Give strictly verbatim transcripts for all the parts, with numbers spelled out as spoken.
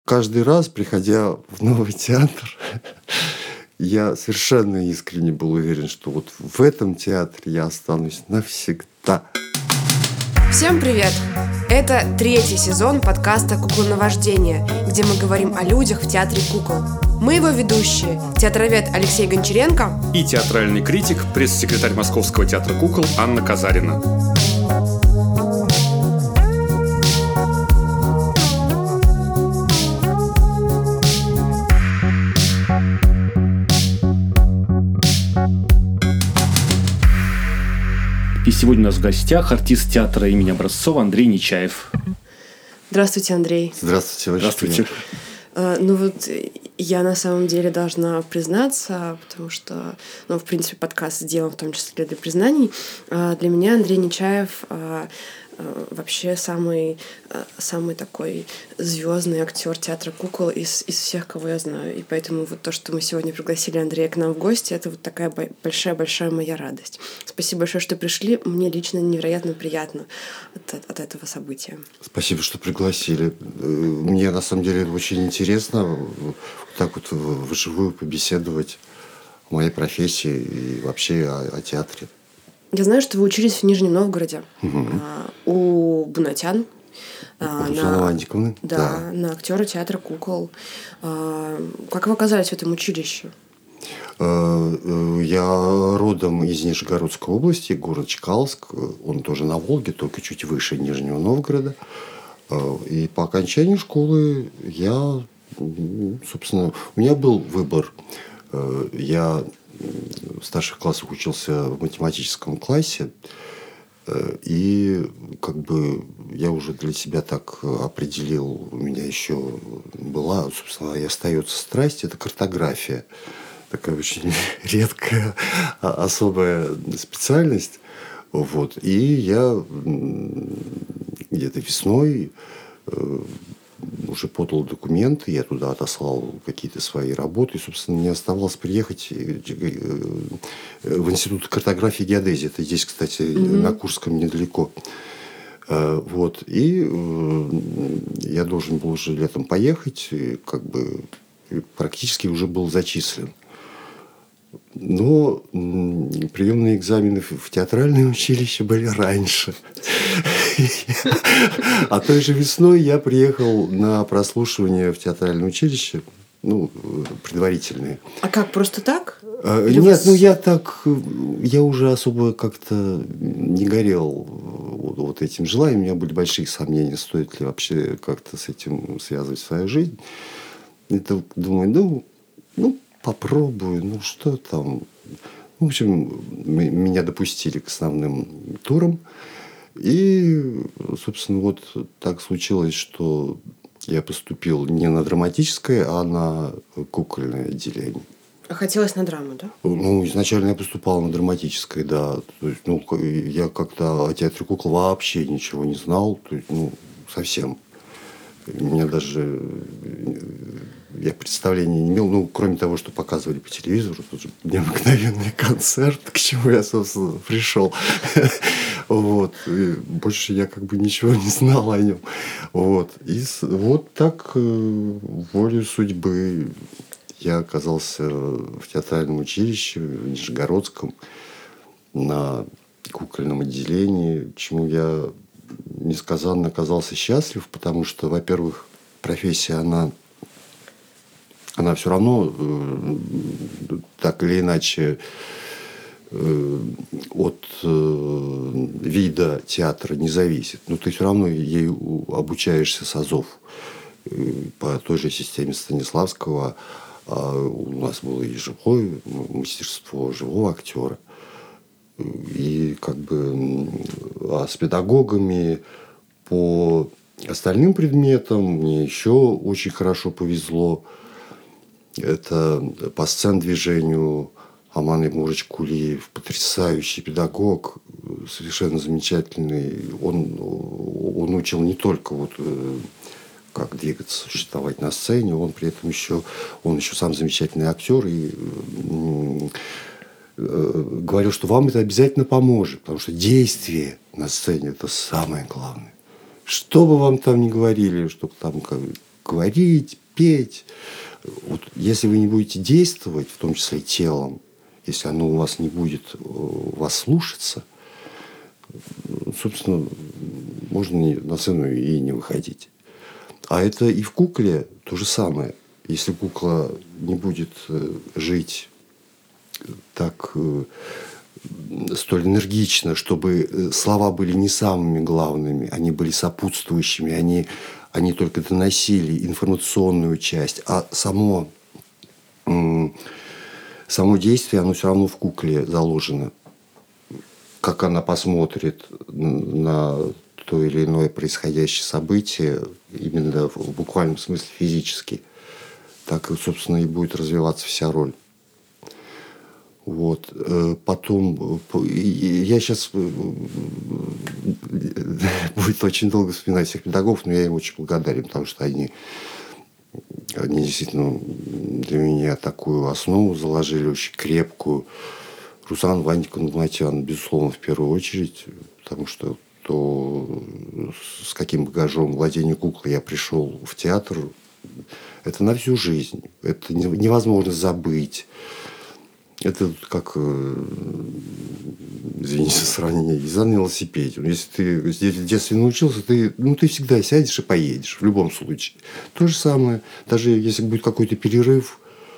Каждый раз, приходя в новый театр, я совершенно искренне был уверен, что вот в этом театре я останусь навсегда. Всем привет! Это третий сезон подкаста «Куклоновождение», где мы говорим о людях в театре кукол. Мы его ведущие, театровед Алексей Гончаренко и театральный критик, пресс-секретарь Московского театра кукол Анна Казарина. И сегодня у нас в гостях артист театра имени Образцова Андрей Нечаев. Здравствуйте, Андрей. Здравствуйте. Очень Здравствуйте. Uh, ну вот я на самом деле должна признаться, потому что, ну, в принципе, подкаст сделан в том числе для признаний. Uh, для меня Андрей Нечаев uh, uh, вообще самый, uh, самый такой звездный актер театра кукол из, из всех, кого я знаю. И поэтому вот то, что мы сегодня пригласили Андрея к нам в гости, это вот такая большая-большая моя радость. Спасибо большое, что пришли. Мне лично невероятно приятно от, от этого события. Спасибо, что пригласили. Мне, на самом деле, очень интересно вот так вот вживую побеседовать о моей профессии и вообще о, о театре. Я знаю, что вы учились в Нижнем Новгороде, угу. а, у Бунатян. У Русланы Вандиковны. Да, да, на актера театра кукол. А, как вы оказались в этом училище? Я родом из Нижегородской области, город Чкаловск. Он тоже на Волге, только чуть выше Нижнего Новгорода. И по окончании школы я, собственно, у меня был выбор. Я в старших классах учился в математическом классе. И как бы я уже для себя так определил, у меня еще была, собственно, и остается страсть, это картография. Такая очень редкая, особая специальность. Вот. И я где-то весной уже подал документы, я туда отослал какие-то свои работы. И, собственно, мне оставалось приехать в Институт картографии и геодезии. Это здесь, кстати, mm-hmm. на Курском недалеко. Вот. И я должен был уже летом поехать, и как бы практически уже был зачислен. Но приемные экзамены в театральное училище были раньше. А той же весной я приехал на прослушивание в театральное училище, ну, предварительные. А как, просто так? Или Нет, вас... ну я так, я уже особо как-то не горел вот, вот этим желанием. У меня были большие сомнения, стоит ли вообще как-то с этим связывать свою жизнь. Это, думаю, ну, ну, попробую, ну что там. В общем, меня допустили к основным турам. И, собственно, вот так случилось, что я поступил не на драматическое, а на кукольное отделение. А хотелось на драму, да? Ну, изначально я поступал на драматическое, да. То есть, ну, я как-то о театре кукол вообще ничего не знал. То есть, ну, совсем. Меня даже... Я представления не имел, ну, кроме того, что показывали по телевизору, тут же необыкновенный концерт, к чему я, собственно, пришел. Вот. И больше я как бы ничего не знал о нем. Вот. И вот так волею судьбы я оказался в театральном училище, в Нижегородском, на кукольном отделении, чему я несказанно оказался счастлив, потому что, во-первых, профессия, она... Она все равно э, так или иначе э, от э, вида театра не зависит. Но ты все равно ей обучаешься с азов. Э, по той же системе Станиславского а у нас было и живое мастерство живого актера. И как бы а с педагогами по остальным предметам мне еще очень хорошо повезло. Это по сцен-движению Аман Егорович Кулиев, потрясающий педагог, совершенно замечательный. Он, он учил не только вот, как двигаться, существовать на сцене, он при этом еще, он еще сам замечательный актер и говорил, что вам это обязательно поможет, потому что действие на сцене – это самое главное. Что бы вам там ни говорили, что там говорить, петь. Вот если вы не будете действовать, в том числе и телом, если оно у вас не будет вас слушаться, собственно, можно на сцену и не выходить. А это и в кукле то же самое. Если кукла не будет жить так столь энергично, чтобы слова были не самыми главными, они были сопутствующими, они, они только доносили информационную часть, а само, само действие, оно все равно в кукле заложено. Как она посмотрит на то или иное происходящее событие, именно в буквальном смысле физически, так, собственно, и будет развиваться вся роль. Вот. Потом, я сейчас будет очень долго вспоминать всех педагогов, но я им очень благодарен, потому что они, они действительно для меня такую основу заложили, очень крепкую. Руслан Ванька Нугматян, безусловно, в первую очередь, потому что то, с каким багажом владения куклой я пришел в театр, это на всю жизнь. Это невозможно забыть. Это как, извините за сравнение, езда на велосипеде. Если ты в детстве научился, ты, ну, ты всегда сядешь и поедешь, в любом случае. То же самое, даже если будет какой-то перерыв,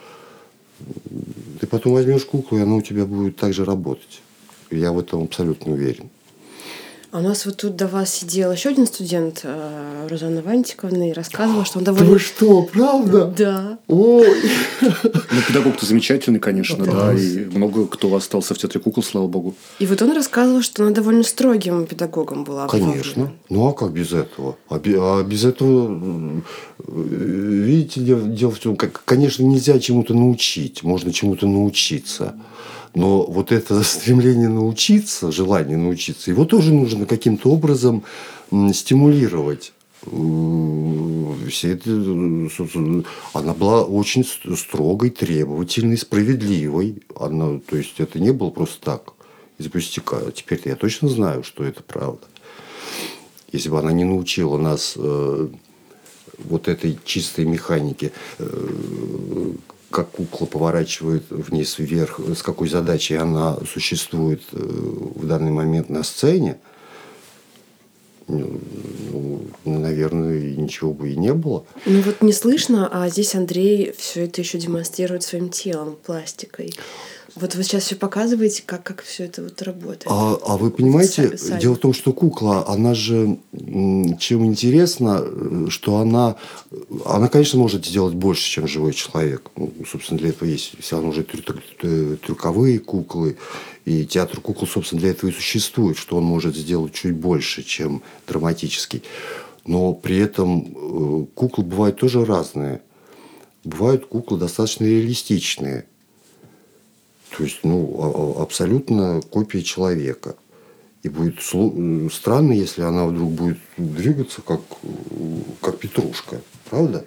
ты потом возьмешь куклу, и она у тебя будет так же работать. Я в этом абсолютно уверен. А у нас вот тут до вас сидел еще один студент, Рузанна Вантиковна, и рассказывала, что он довольно... Вы что, правда? Да. Ой. Ну, педагог-то замечательный, конечно, да, и много кто остался в театре кукол, слава богу. И вот он рассказывал, что она довольно строгим педагогом была. Конечно. Ну, а как без этого? А без этого, видите, дело в том, конечно, нельзя чему-то научить, можно чему-то научиться. Но вот это стремление научиться, желание научиться, его тоже нужно каким-то образом стимулировать. Все это, она была очень строгой, требовательной, справедливой. Она, то есть, это не было просто так, из пустяка. Теперь-то я точно знаю, что это правда. Если бы она не научила нас э, вот этой чистой механике, э, как кукла поворачивает вниз вверх, с какой задачей она существует в данный момент на сцене, ну, наверное, ничего бы и не было. Ну вот не слышно, а здесь Андрей все это еще демонстрирует своим телом, пластикой. Вот вы сейчас все показываете, как, как все это вот работает. А, а вы понимаете, сами. Дело в том, что кукла, она же, чем интересно, что она, она, конечно, может сделать больше, чем живой человек. Ну, собственно, для этого есть все равно уже трюковые куклы. И театр кукол, собственно, для этого и существует, что он может сделать чуть больше, чем драматический. Но при этом куклы бывают тоже разные. Бывают куклы достаточно реалистичные. То есть, ну, абсолютно копия человека. И будет странно, если она вдруг будет двигаться, как, как петрушка. Правда?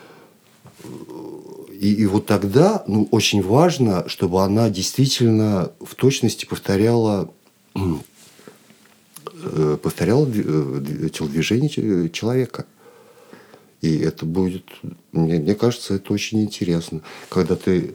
И, и вот тогда, ну, очень важно, чтобы она действительно в точности повторяла, повторяла телодвижение человека. И это будет, мне, мне кажется, это очень интересно. Когда ты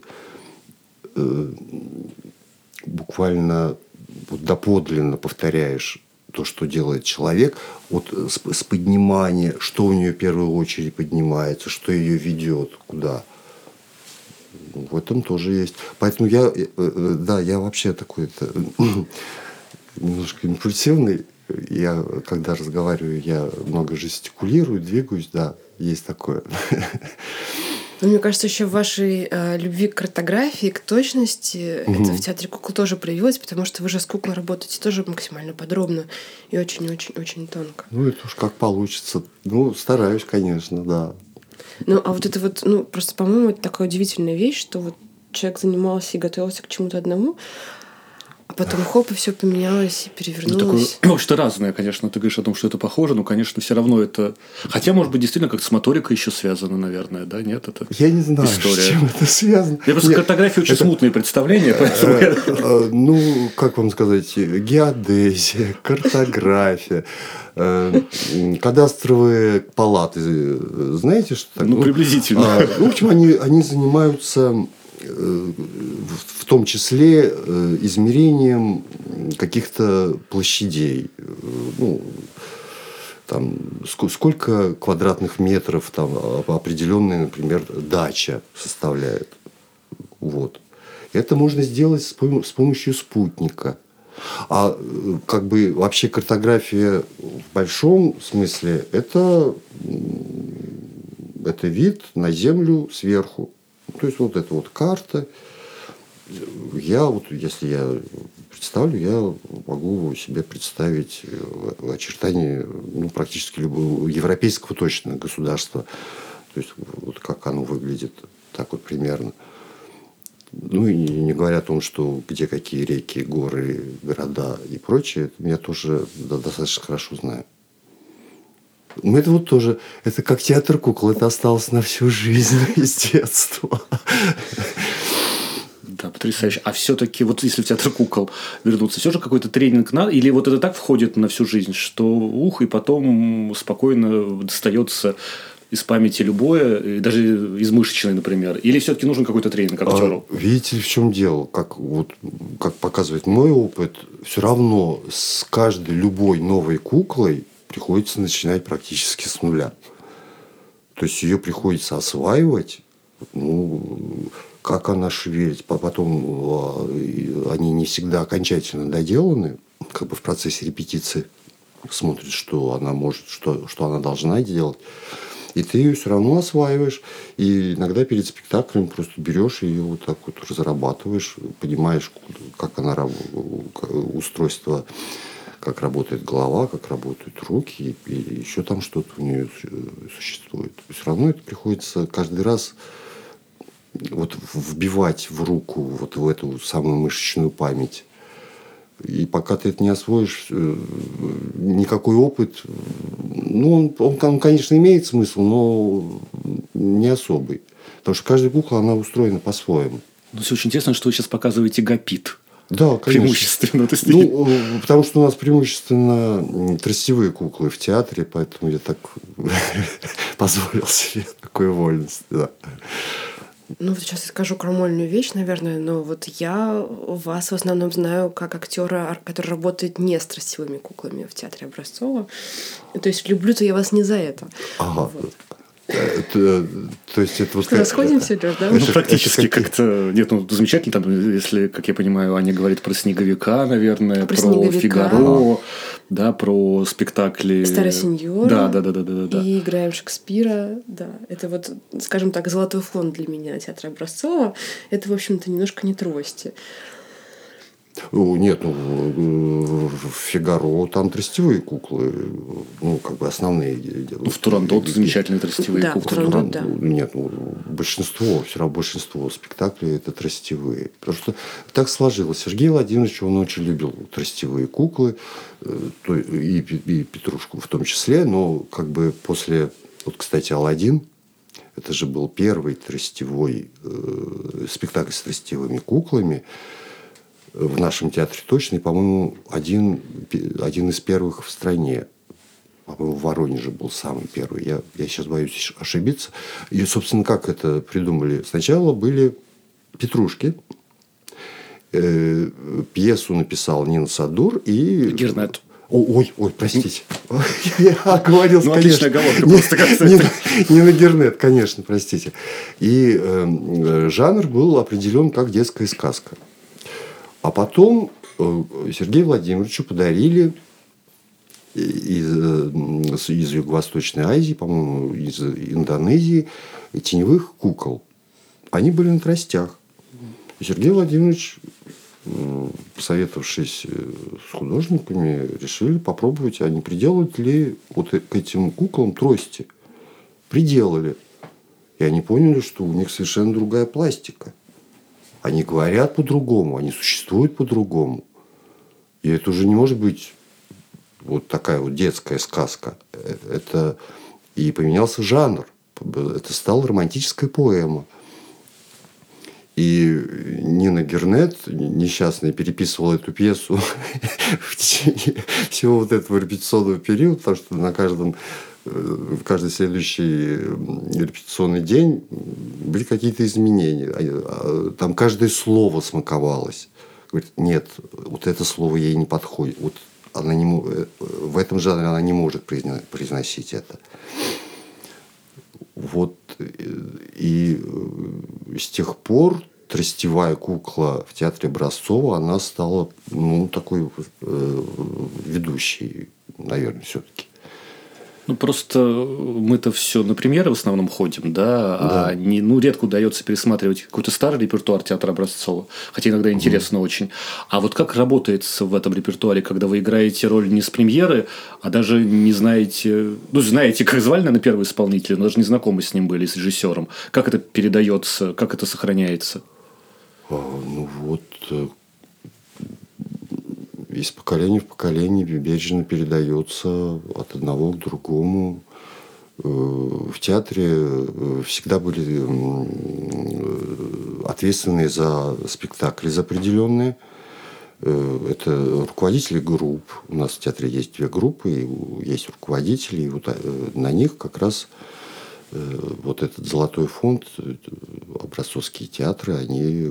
буквально вот доподлинно повторяешь то, что делает человек, вот с, с поднимания, что у нее в первую очередь поднимается, что ее ведет, куда. В этом тоже есть. Поэтому я, да, я вообще такой-то немножко импульсивный. Я, когда разговариваю, я много жестикулирую, двигаюсь, да, есть такое. Но мне кажется, еще в вашей э, любви к картографии, к точности, угу. это в театре кукол тоже проявилось, потому что вы же с куклой работаете тоже максимально подробно и очень-очень-очень тонко. Ну, это уж как получится. Ну, стараюсь, конечно, да. Ну, а вот это вот, ну, просто, по-моему, это такая удивительная вещь, что вот человек занимался и готовился к чему-то одному, А потом хоп, и все поменялось, и Ну, перевернулось. такое, ну, что разное, конечно. Ты говоришь о том, что это похоже, но, конечно, все равно это... Хотя, может быть, действительно, как с моторикой еще связано, наверное, да? Нет, это Я не знаю, история. с чем это связано. Я просто Нет, картография очень это- смутные представления, поэтому... я- Э, Ну, как вам сказать, геодезия, картография, э, м, кадастровые палаты. э, Знаете, что такое? Ну, приблизительно. А, ну, в общем, они, они занимаются э, в в том числе э, измерением каких-то площадей. Э, Ну, там, ск- сколько квадратных метров там а- определенная, например, дача составляет. Вот. Это можно сделать с пом- с помощью спутника. А э, как бы вообще картография в большом смысле это, м, это вид на Землю сверху. То есть вот эта вот карта. Я вот, если я представлю, я могу себе представить э, очертания ну, практически любого европейского точно государства. То есть вот как оно выглядит, так вот примерно. Ну и не говоря о том, что где какие реки, горы, города и прочее, это я тоже да- достаточно хорошо знаю. Ну, это вот тоже, это как театр кукол, это осталось на всю жизнь из детства. Да, потрясающе. А все-таки, вот если в театр кукол вернуться, все же какой-то тренинг надо? Или вот это так входит на всю жизнь, что ух, и потом спокойно достается из памяти любое, и даже из мышечной, например? Или все-таки нужен какой-то тренинг актеру? А, видите ли, в чем дело? Как, вот, как показывает мой опыт, все равно с каждой любой новой куклой приходится начинать практически с нуля. То есть ее приходится осваивать, ну, как она шевелит, по- потом а, и они не всегда окончательно доделаны, как бы в процессе репетиции смотрят, что она может, что, что она должна делать. И ты ее все равно осваиваешь. И иногда перед спектаклем просто берешь ее вот так вот разрабатываешь, понимаешь, как она раб- устройство, как работает голова, как работают руки, и, и еще там что-то у нее существует. Все равно это приходится каждый раз вот вбивать в руку вот в эту самую мышечную память. И пока ты это не освоишь, э, никакой опыт, ну, он, он, он, конечно, имеет смысл, но не особый. Потому что каждая кукла, она устроена по-своему. Ну, все очень интересно, что вы сейчас показываете гапит. Да, конечно. Преимущественно. То есть, Ну, э, потому что у нас преимущественно м, тростевые куклы в театре, поэтому я так позволил себе такую вольность. Да. Ну, вот сейчас я скажу крамольную вещь, наверное, но вот я вас в основном знаю как актера, который работает не с тростевыми куклами в театре Образцова. То есть люблю-то я вас не за это. Ага. Вот. Это, то есть это вот как- Расходимся, Лёш, да? Ну, Это- практически это какие- как-то... Нет, ну, замечательно, там, если, как я понимаю, Аня говорит про «Снеговика», наверное, Про про, «Снеговика». «Фигаро», да, про спектакли... «Старая сеньора». Да, да, да, да, да, да. И играем Шекспира. Да, это вот, скажем так, золотой фонд для меня театра Образцова. Это, в общем-то, немножко не трости. Ну, нет, ну, э, в «Фигаро» там тростевые куклы, ну, как бы основные. Ну, в «Турандот» замечательные тростевые Да, в куклы. «Турандот», да. Нет, ну, большинство, все равно большинство спектаклей это тростевые. Потому что так сложилось. Сергей Владимирович, он очень любил тростевые куклы, э, то- и, и Петрушку в том числе, но как бы после, вот, кстати, «Аладдин», это же был первый тростевой э, спектакль с тростевыми куклами, в нашем театре точно, и, по-моему, один, один из первых в стране. По-моему, в Воронеже был самый первый. Я, я сейчас боюсь ошибиться. И, собственно, как это придумали? Сначала были петрушки. Э, пьесу написал Нина Садур и... Гернет. О, ой, ой, простите. Я оговорился, Ну, конечно. отличная оговорка Не- просто, как-то. не на- Не на Гернет, конечно, простите. И э, жанр был определен как детская сказка. А потом э, Сергею Владимировичу подарили из, э, с- из Юго-Восточной Азии, по-моему, из Индонезии, теневых кукол. Они были на тростях. И Сергей Владимирович, э, посоветовавшись э, с художниками, решили попробовать, а не приделают ли вот к этим куклам трости. Приделали. И они поняли, что у них совершенно другая пластика. Они говорят по-другому, они существуют по-другому. И это уже не может быть вот такая вот детская сказка. Это и поменялся жанр. Это стала романтическая поэма. И Нина Гернет, несчастная, переписывала эту пьесу в течение всего вот этого репетиционного периода, потому что на каждом, в каждый следующий репетиционный день были какие-то изменения. Там каждое слово смаковалось. Говорит, нет, вот это слово ей не подходит. Вот она не, в этом жанре она не может произносить это. Вот. И с тех пор «Тростевая кукла» в театре Образцова, она стала, ну, такой э, ведущей, наверное, все-таки. Ну, просто мы-то все на премьеры в основном ходим, да, да. а не, ну, редко удается пересматривать какой-то старый репертуар театра Образцова, хотя иногда интересно mm. очень. А вот как работает в этом репертуаре, когда вы играете роль не с премьеры, а даже не знаете, ну, знаете, как звали, наверное, первого исполнителя, но даже не знакомы с ним были, с режиссером. Как это передается, как это сохраняется? А, ну, вот... из поколения в поколение бережно передается от одного к другому. В театре всегда были ответственные за спектакли за определенные. Это руководители групп. У нас в театре есть две группы, и есть руководители. И вот на них как раз вот этот золотой фонд, образцовские театры, они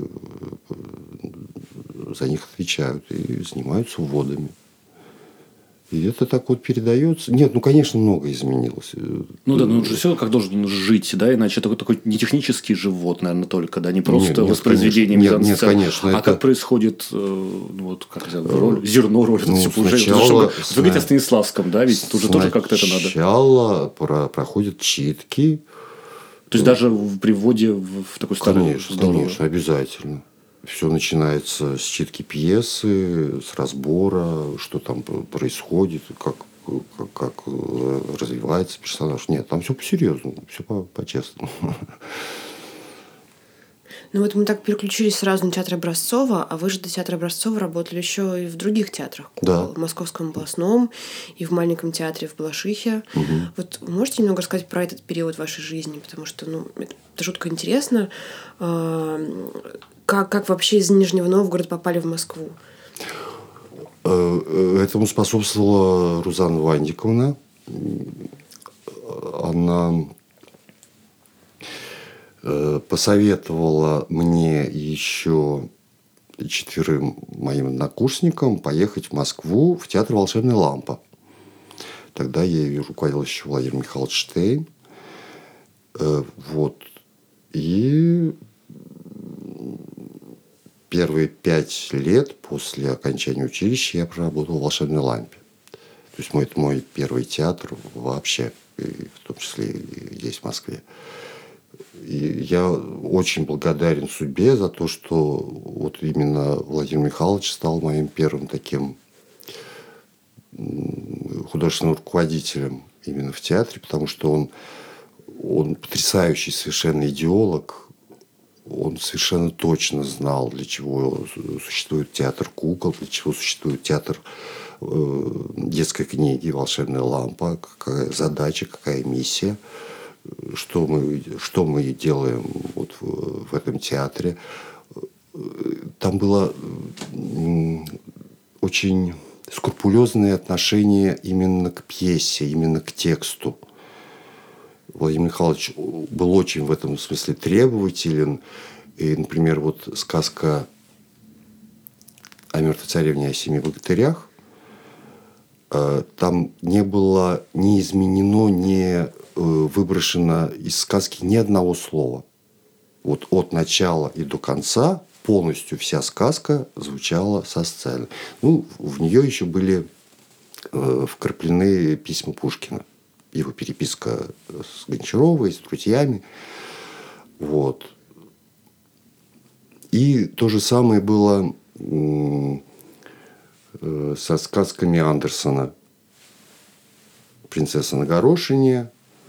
за них отвечают и занимаются вводами. И это так вот передается. Нет, ну, конечно, много изменилось. Ну да, ну режиссер как должен жить, да, иначе это такой не технический живот, наверное, только, да, не просто нет, нет, воспроизведение конечно, нет, нет, конечно, а это... как происходит, ну, вот, как это, роль, зерно роли, ну, это все сначала... уже. Вы говорите о Станиславском, да, ведь тут же тоже как-то это надо. Сначала проходят читки. То есть даже при вводе в такой старый... Конечно, конечно, обязательно. Все начинается с читки пьесы, с разбора, что там происходит, как, как, как развивается персонаж. Нет, там все по-серьезному, все по-честному. Ну вот мы так переключились сразу на театр Образцова, а вы же до театра Образцова работали еще и в других театрах. Да. В Московском областном и в маленьком театре в Балашихе. Угу. Вот вы можете немного рассказать про этот период вашей жизни? Потому что, ну, это жутко интересно. Как, как вообще из Нижнего Новгорода попали в Москву? Этому способствовала Рузанна Вандиковна. Она посоветовала мне еще четверым моим однокурсникам поехать в Москву в театр «Волшебная лампа». Тогда ею руководил еще Владимир Михайлович Штейн. Вот. И первые пять лет после окончания училища я проработал в «Волшебной лампе». То есть мой, это мой первый театр вообще, в том числе и здесь, в Москве. И я очень благодарен судьбе за то, что вот именно Владимир Михайлович стал моим первым таким художественным руководителем именно в театре, потому что он, он потрясающий совершенно идеолог. Он совершенно точно знал, для чего существует театр кукол, для чего существует театр э, детской книги «Волшебная лампа», какая задача, какая миссия, что мы, что мы делаем вот в, в этом театре. Там было очень скрупулезное отношение именно к пьесе, именно к тексту. Владимир Михайлович был очень в этом смысле требователен. И, например, вот сказка о мертвой царевне о семи богатырях, там не было ни изменено, ни выброшено из сказки ни одного слова. Вот от начала и до конца полностью вся сказка звучала со сцены. Ну, в нее еще были вкраплены письма Пушкина. Его переписка с Гончаровой, с друзьями. Вот. И то же самое было со сказками Андерсона. «Принцесса на горошине»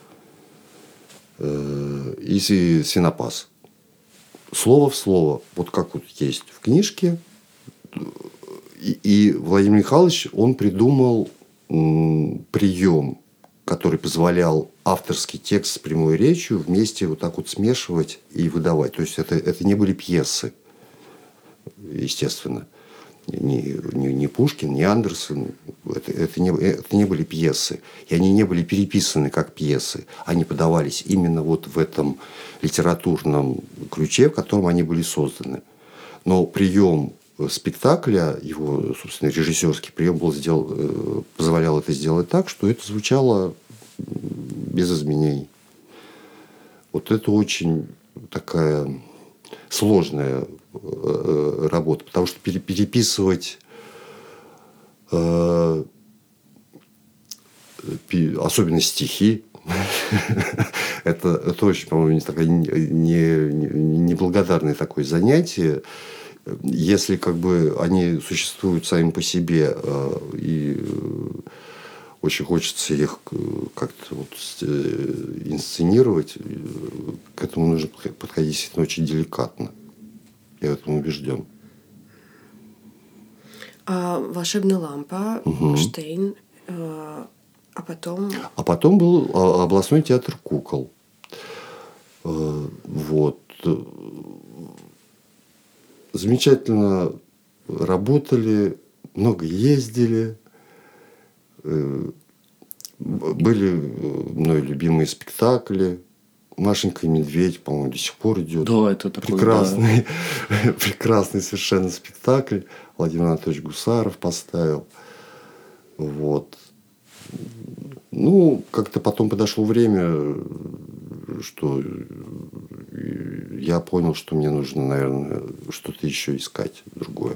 и «Свинопас». Слово в слово. Вот как вот есть в книжке. И, и Владимир Михайлович, он придумал м, прием, который позволял авторский текст с прямой речью вместе вот так вот смешивать и выдавать. То есть это, это не были пьесы, естественно. Ни, ни, ни Пушкин, ни Андерсон. Это, это, не, это не были пьесы. И они не были переписаны как пьесы. Они подавались именно вот в этом литературном ключе, в котором они были созданы. Но прием спектакля, его, собственно, режиссерский прием был сделал, позволял это сделать так, что это звучало без изменений. Вот это очень такая сложная работа, потому что переписывать э, особенно стихи это, это очень, по-моему, такое неблагодарное такое занятие. Если как бы они существуют сами по себе и очень хочется их как-то вот инсценировать, к этому нужно подходить действительно очень деликатно. Я в этом убежден. А волшебная лампа, угу. Штейн, а потом... А потом был областной театр кукол. Вот. Замечательно работали, много ездили. Были мной любимые спектакли. «Машенька и медведь», по-моему, до сих пор идет. Да, это такой, прекрасный, да. прекрасный совершенно спектакль. Владимир Анатольевич Гусаров поставил. Вот. Ну, как-то потом подошло время, что я понял, что мне нужно, наверное, что-то еще искать другое.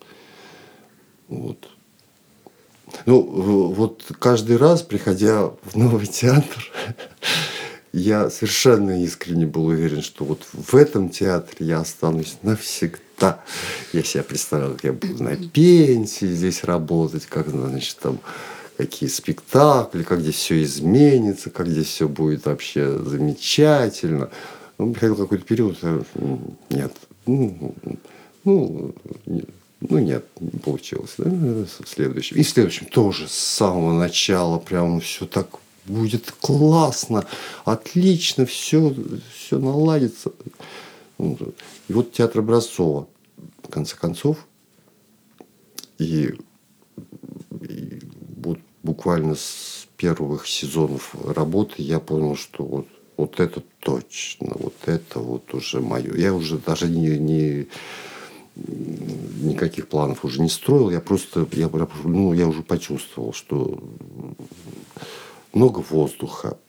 Вот. Ну, вот каждый раз, приходя в новый театр, я совершенно искренне был уверен, что вот в этом театре я останусь навсегда. Я себя представлял, как я буду на пенсии здесь работать, как, значит, там, какие спектакли, как здесь все изменится, как здесь все будет вообще замечательно. Ну, приходил какой-то период, нет, ну, ну, ну нет, не получилось. Да? В следующем. И в следующем тоже с самого начала прям все так будет классно, отлично, все, все наладится. И вот театр Образцова, в конце концов, и, и вот буквально с первых сезонов работы я понял, что вот, вот это точно, вот это вот уже мое. Я уже даже не, не никаких планов уже не строил, я просто, я, ну, я уже почувствовал, что много воздуха,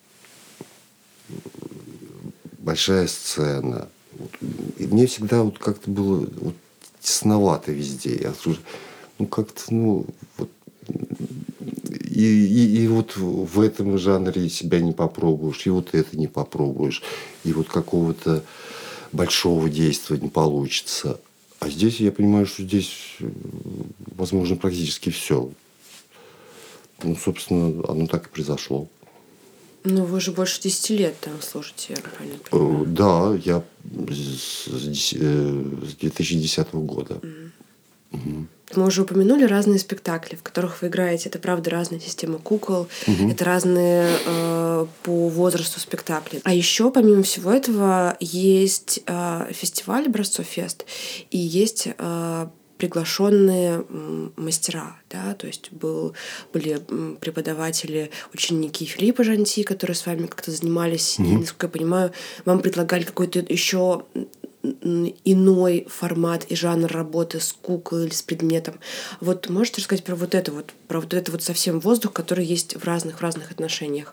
большая сцена. И мне всегда вот как-то было вот тесновато везде. Я слушаю, ну как-то, ну вот, и, и, и вот в этом жанре себя не попробуешь, и вот это не попробуешь, и вот какого-то большого действия не получится. А здесь я понимаю, что здесь возможно практически все. Ну, собственно, оно так и произошло. Ну, вы же больше десяти лет там служите, я правильно понимаю? Да, я с две тысячи десятого года. Mm. Угу. Мы уже упомянули разные спектакли, в которых вы играете. Это, правда, разная система кукол, угу. это разные э, по возрасту спектакли. А еще, помимо всего этого, есть э, фестиваль Образцов-фест, и есть э, приглашенные мастера, да, то есть был, были преподаватели, ученики Филиппа Жанти, которые с вами как-то занимались, mm-hmm. и, насколько я понимаю, вам предлагали какой-то еще иной формат и жанр работы с куклой или с предметом. Вот можете рассказать про вот это вот, про вот это вот совсем воздух, который есть в разных, в разных отношениях?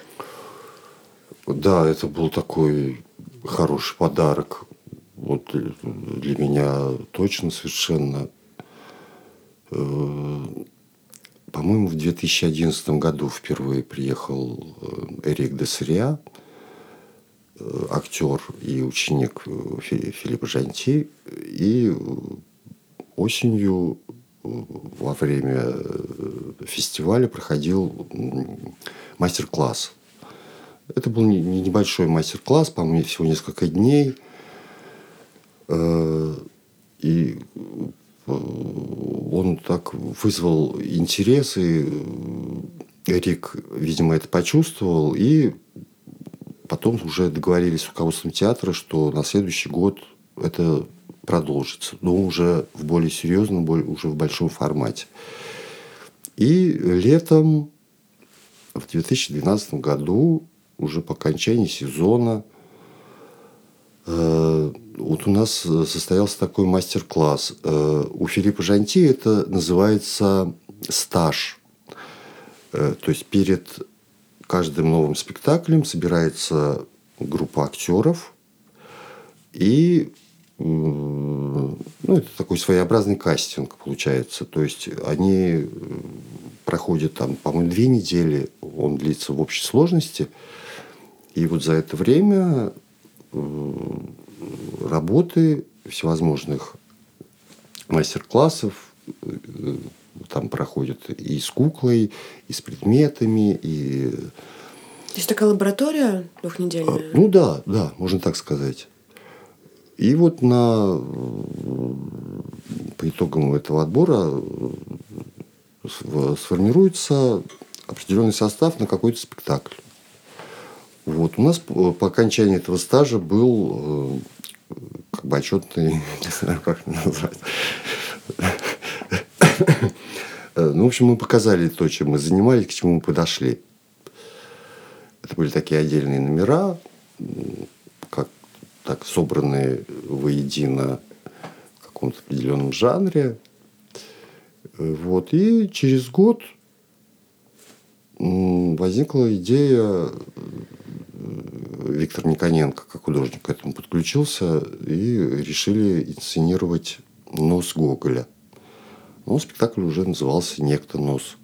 Да, это был такой хороший подарок. Вот для меня точно совершенно. По-моему, в две тысячи одиннадцатом году впервые приехал Эрик де Сырья, актер и ученик Филиппа Жанти. И осенью во время фестиваля проходил мастер-класс. Это был небольшой мастер-класс, по-моему, всего несколько дней. И он так вызвал интерес, и Эрик, видимо, это почувствовал, и потом уже договорились с руководством театра, что на следующий год это продолжится, но уже в более серьезном, уже в большом формате. И летом в две тысячи двенадцатом году, уже по окончании сезона, вот у нас состоялся такой мастер-класс. У Филиппа Жанти это называется стаж. То есть перед каждым новым спектаклем собирается группа актеров, и ну, это такой своеобразный кастинг получается. То есть они проходят там, по-моему, две недели, он длится в общей сложности, и вот за это время работы всевозможных мастер-классов там проходят и с куклой, и с предметами, и... То есть такая лаборатория двухнедельная? Ну да, да, можно так сказать. И вот на... по итогам этого отбора сформируется определенный состав на какой-то спектакль. Вот. У нас по окончании этого стажа был как бы отчетный, не знаю, как это назвать. Ну, в общем, мы показали то, чем мы занимались, к чему мы подошли. Это были такие отдельные номера, как так собранные воедино в каком-то определенном жанре. Вот. И через год возникла идея, Виктор Никоненко, как художник, к этому подключился, и решили инсценировать «Нос Гоголя». Но спектакль уже назывался «Некто нос».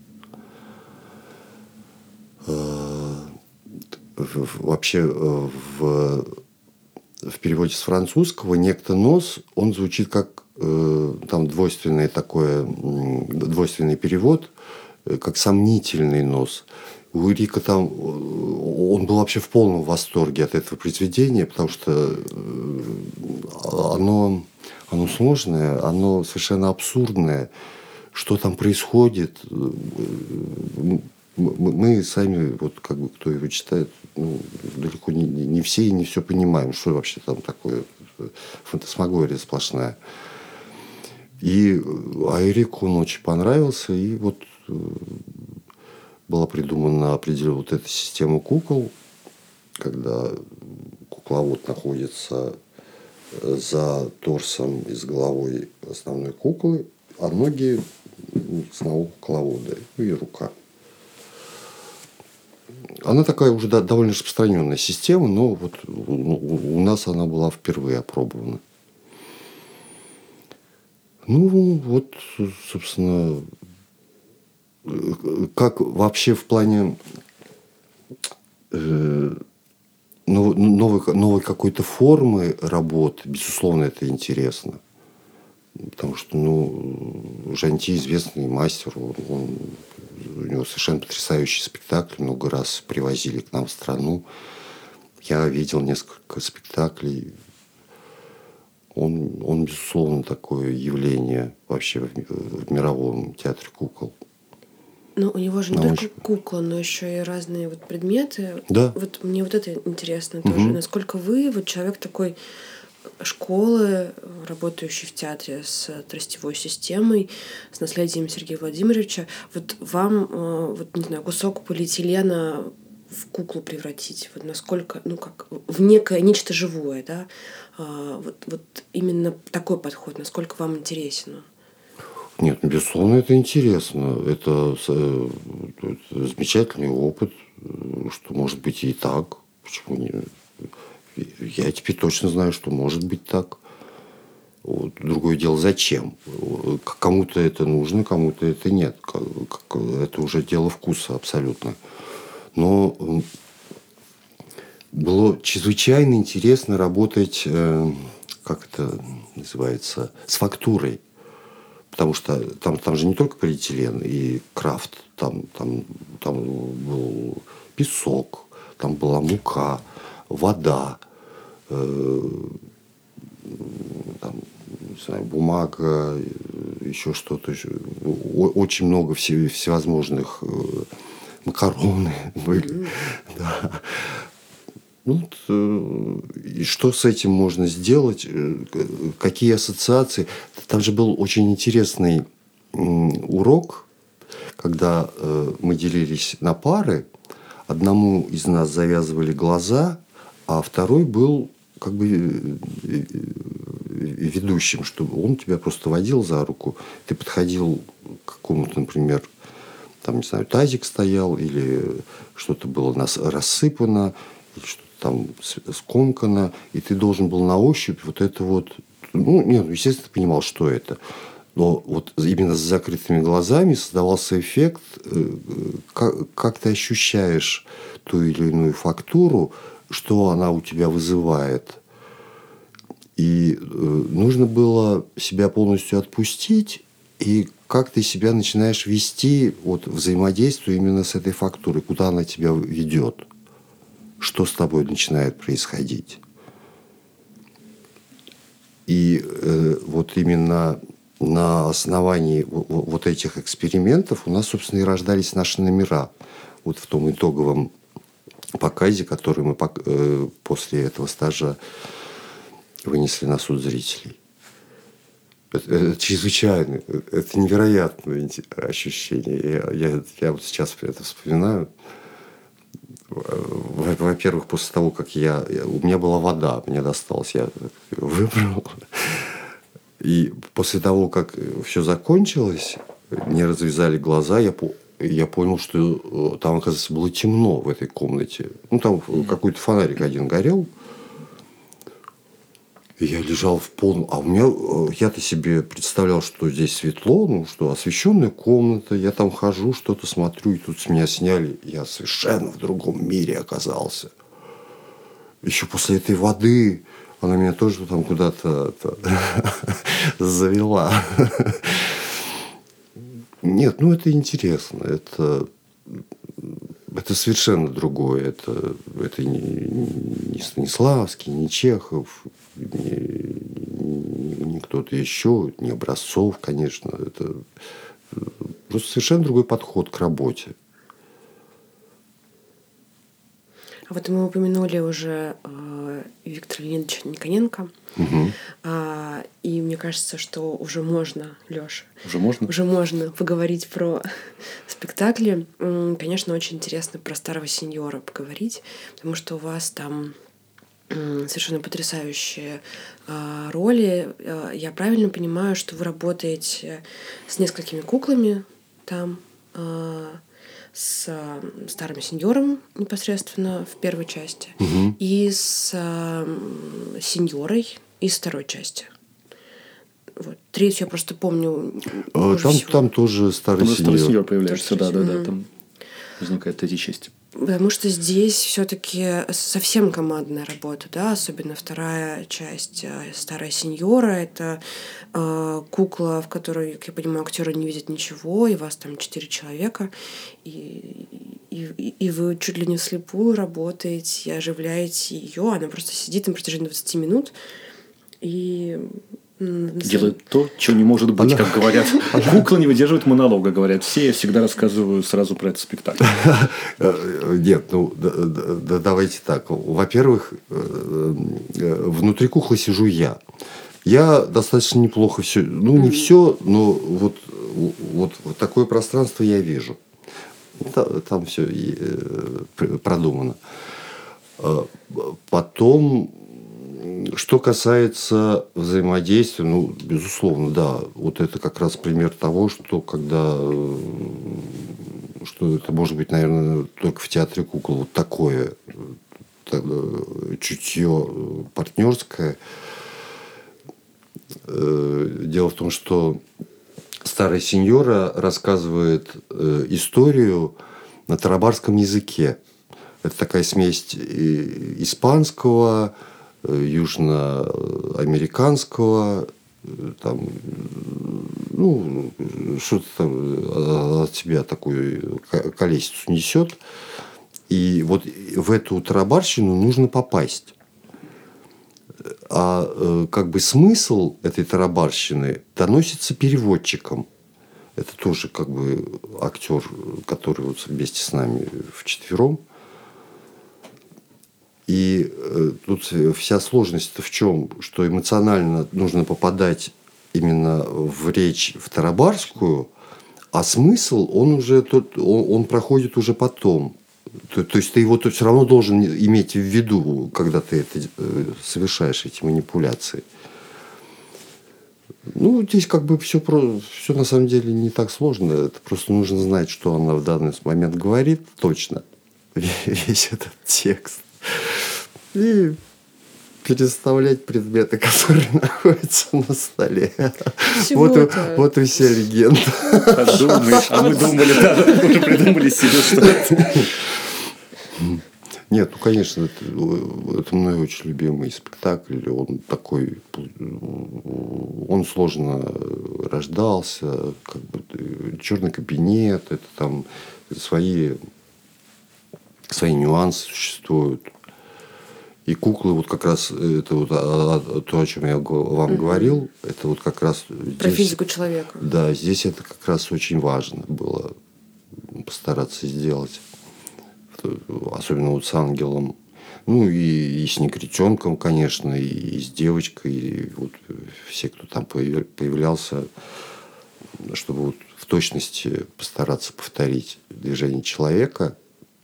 Вообще в, в переводе с французского «Некто нос» он звучит как там двойственный такой, двойственный перевод, как «сомнительный нос». У Эрика там, он был вообще в полном восторге от этого произведения, потому что оно, оно сложное, оно совершенно абсурдное. Что там происходит, мы сами, вот как бы кто его читает, ну, далеко не, не все и не все понимаем, что вообще там такое, фантасмагория сплошная. И а Эрику он очень понравился, и вот была придумана определенная вот эта система кукол, когда кукловод находится за торсом и с головой основной куклы, а ноги самого кукловода, ну и рука. Она такая уже довольно распространенная система, но вот у нас она была впервые опробована. Ну, вот, собственно, как вообще в плане э, новой, новой какой-то формы работы, безусловно, это интересно. Потому что, ну, Жанти известный мастер, он, он, у него совершенно потрясающий спектакль, много раз привозили к нам в страну. Я видел несколько спектаклей. Он, он безусловно, такое явление вообще в, в мировом театре кукол. Но у него же не Нам только очень... кукла, но еще и разные вот предметы. Да. Вот мне вот это интересно угу. тоже. Насколько вы, вот человек такой школы, работающий в театре с тростевой системой, с наследием Сергея Владимировича, вот вам, вот не знаю, кусок полиэтилена в куклу превратить, вот насколько, ну как, в некое нечто живое, да, вот, вот именно такой подход, насколько вам интересен? Нет, безусловно, это интересно. Это, это замечательный опыт, что может быть и так. Почему не? Я теперь точно знаю, что может быть так. Вот. Другое дело, зачем? Кому-то это нужно, кому-то это нет. Это уже дело вкуса абсолютно. Но было чрезвычайно интересно работать, как это называется, с фактурой. Потому что там, там же не только полиэтилен и крафт. Там, там, там был песок, там была мука, вода, э, там, не знаю, бумага, еще что-то. Очень много всевозможных макароны были. Mm. Да. Ну, и что с этим можно сделать? Какие ассоциации? Там же был очень интересный урок, когда мы делились на пары. Одному из нас завязывали глаза, а второй был как бы ведущим, что он тебя просто водил за руку. Ты подходил к какому-то, например, там, не знаю, тазик стоял, или что-то было нас рассыпано, или что-то там скомкано, и ты должен был на ощупь вот это вот... Ну, нет, естественно, ты понимал, что это. Но вот именно с закрытыми глазами создавался эффект, как, как ты ощущаешь ту или иную фактуру, что она у тебя вызывает. И нужно было себя полностью отпустить, и как ты себя начинаешь вести, вот, взаимодействие именно с этой фактурой, куда она тебя ведет, что с тобой начинает происходить. И э, вот именно на основании вот этих экспериментов у нас, собственно, и рождались наши номера. Вот в том итоговом показе, который мы э, после этого стажа вынесли на суд зрителей. Это, это чрезвычайно, это невероятное ощущение. Я, я, я вот сейчас это вспоминаю. Во-первых, после того, как я... У меня была вода, мне досталось, я выбрал. И после того, как все закончилось, мне развязали глаза, я, я понял, что там, оказывается, было темно в этой комнате. Ну, там mm-hmm. какой-то фонарик один горел. И я лежал в полном... А у меня... Я-то себе представлял, что здесь светло, ну, что освещенная комната. Я там хожу, что-то смотрю, и тут с меня сняли. Я совершенно в другом мире оказался. Еще после этой воды она меня тоже там куда-то завела. Нет, ну, это интересно. Это... Это совершенно другое. Это, это не, не Станиславский, не Чехов, не, не кто-то еще, не Образцов, конечно. Это просто совершенно другой подход к работе. А вот мы упомянули уже э, Виктора Леонидовича Никоненко. Угу. А, и мне кажется, что уже можно, Лёша, уже можно? Уже можно поговорить про спектакли. Конечно, очень интересно про «Старого сеньора» поговорить, потому что у вас там совершенно потрясающие э, роли. Я правильно понимаю, что вы работаете с несколькими куклами там, э, с старым сеньором непосредственно в первой части, угу. и с э, сеньорой из второй части. Вот. Третью я просто помню. А, там, там тоже старый там сеньор. Старый сеньор появляется, да, да, угу. да, там возникает третья часть. Потому что здесь все-таки совсем командная работа, да, особенно вторая часть «Старая сеньора». Это э, кукла, в которой, как я понимаю, актеры не видят ничего, и вас там четыре человека, и, и, и вы чуть ли не вслепую работаете, и оживляете ее. Она просто сидит на протяжении двадцати минут и... Делает то, чего не может быть, как говорят. Кукла не выдерживает монолога, говорят. Все, я всегда рассказываю сразу про этот спектакль. Нет, ну, да, да, давайте так. Во-первых, внутри куклы сижу я. Я достаточно неплохо все... Ну, не все, но вот, вот, вот такое пространство я вижу. Там, там все продумано. Потом... Что касается взаимодействия, ну, безусловно, да. Вот это как раз пример того, что когда... Что это может быть, наверное, только в театре кукол. Вот такое чутье партнерское. Дело в том, что «Старая сеньора» рассказывает историю на тарабарском языке. Это такая смесь испанского, южноамериканского, там, ну, что-то там от себя такую колесицу несет. И вот в эту тарабарщину нужно попасть. А а э, как бы смысл этой тарабарщины доносится переводчиком. Это тоже как бы актер, который вот вместе с нами вчетвером. И э, тут вся сложность-то в чем? Что эмоционально нужно попадать именно в речь в тарабарскую, а смысл, он уже тот, он, он проходит уже потом. То, то есть ты его все равно должен иметь в виду, когда ты это э, совершаешь, эти манипуляции. Ну, здесь как бы все, все на самом деле не так сложно. Это просто нужно знать, что она в данный момент говорит точно. Весь этот текст. И переставлять предметы, которые находятся на столе. Вот, и- вот и вся легенда. Подумаешь, а мы думали, да, мы уже придумали себе что-то. Нет, ну, конечно, это, это мой очень любимый спектакль. Он такой, он сложно рождался, как бы черный кабинет, это там свои, свои нюансы существуют. И куклы, вот как раз, это вот то, о чем я вам угу. говорил, это вот как раз... Про здесь, физику человека. Да, здесь это как раз очень важно было постараться сделать. Особенно вот с ангелом. Ну, и, и с негритенком, конечно, и, и с девочкой. И вот все, кто там появлялся, чтобы вот в точности постараться повторить движение человека.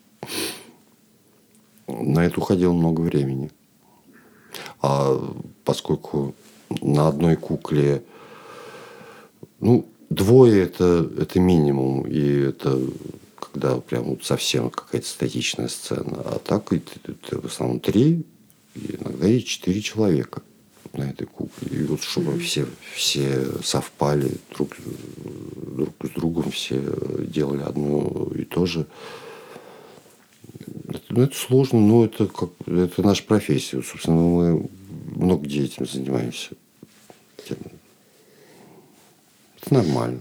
На это уходило много времени. А поскольку на одной кукле, ну, двое это, это минимум, и это когда прям вот совсем какая-то статичная сцена. А так это, это в основном три, и иногда и четыре человека на этой кукле. И вот чтобы mm-hmm. все, все совпали друг, друг с другом, все делали одно и то же. Это, ну, это сложно, но это, как, это наша профессия. Собственно, мы много где этим занимаемся. Это нормально.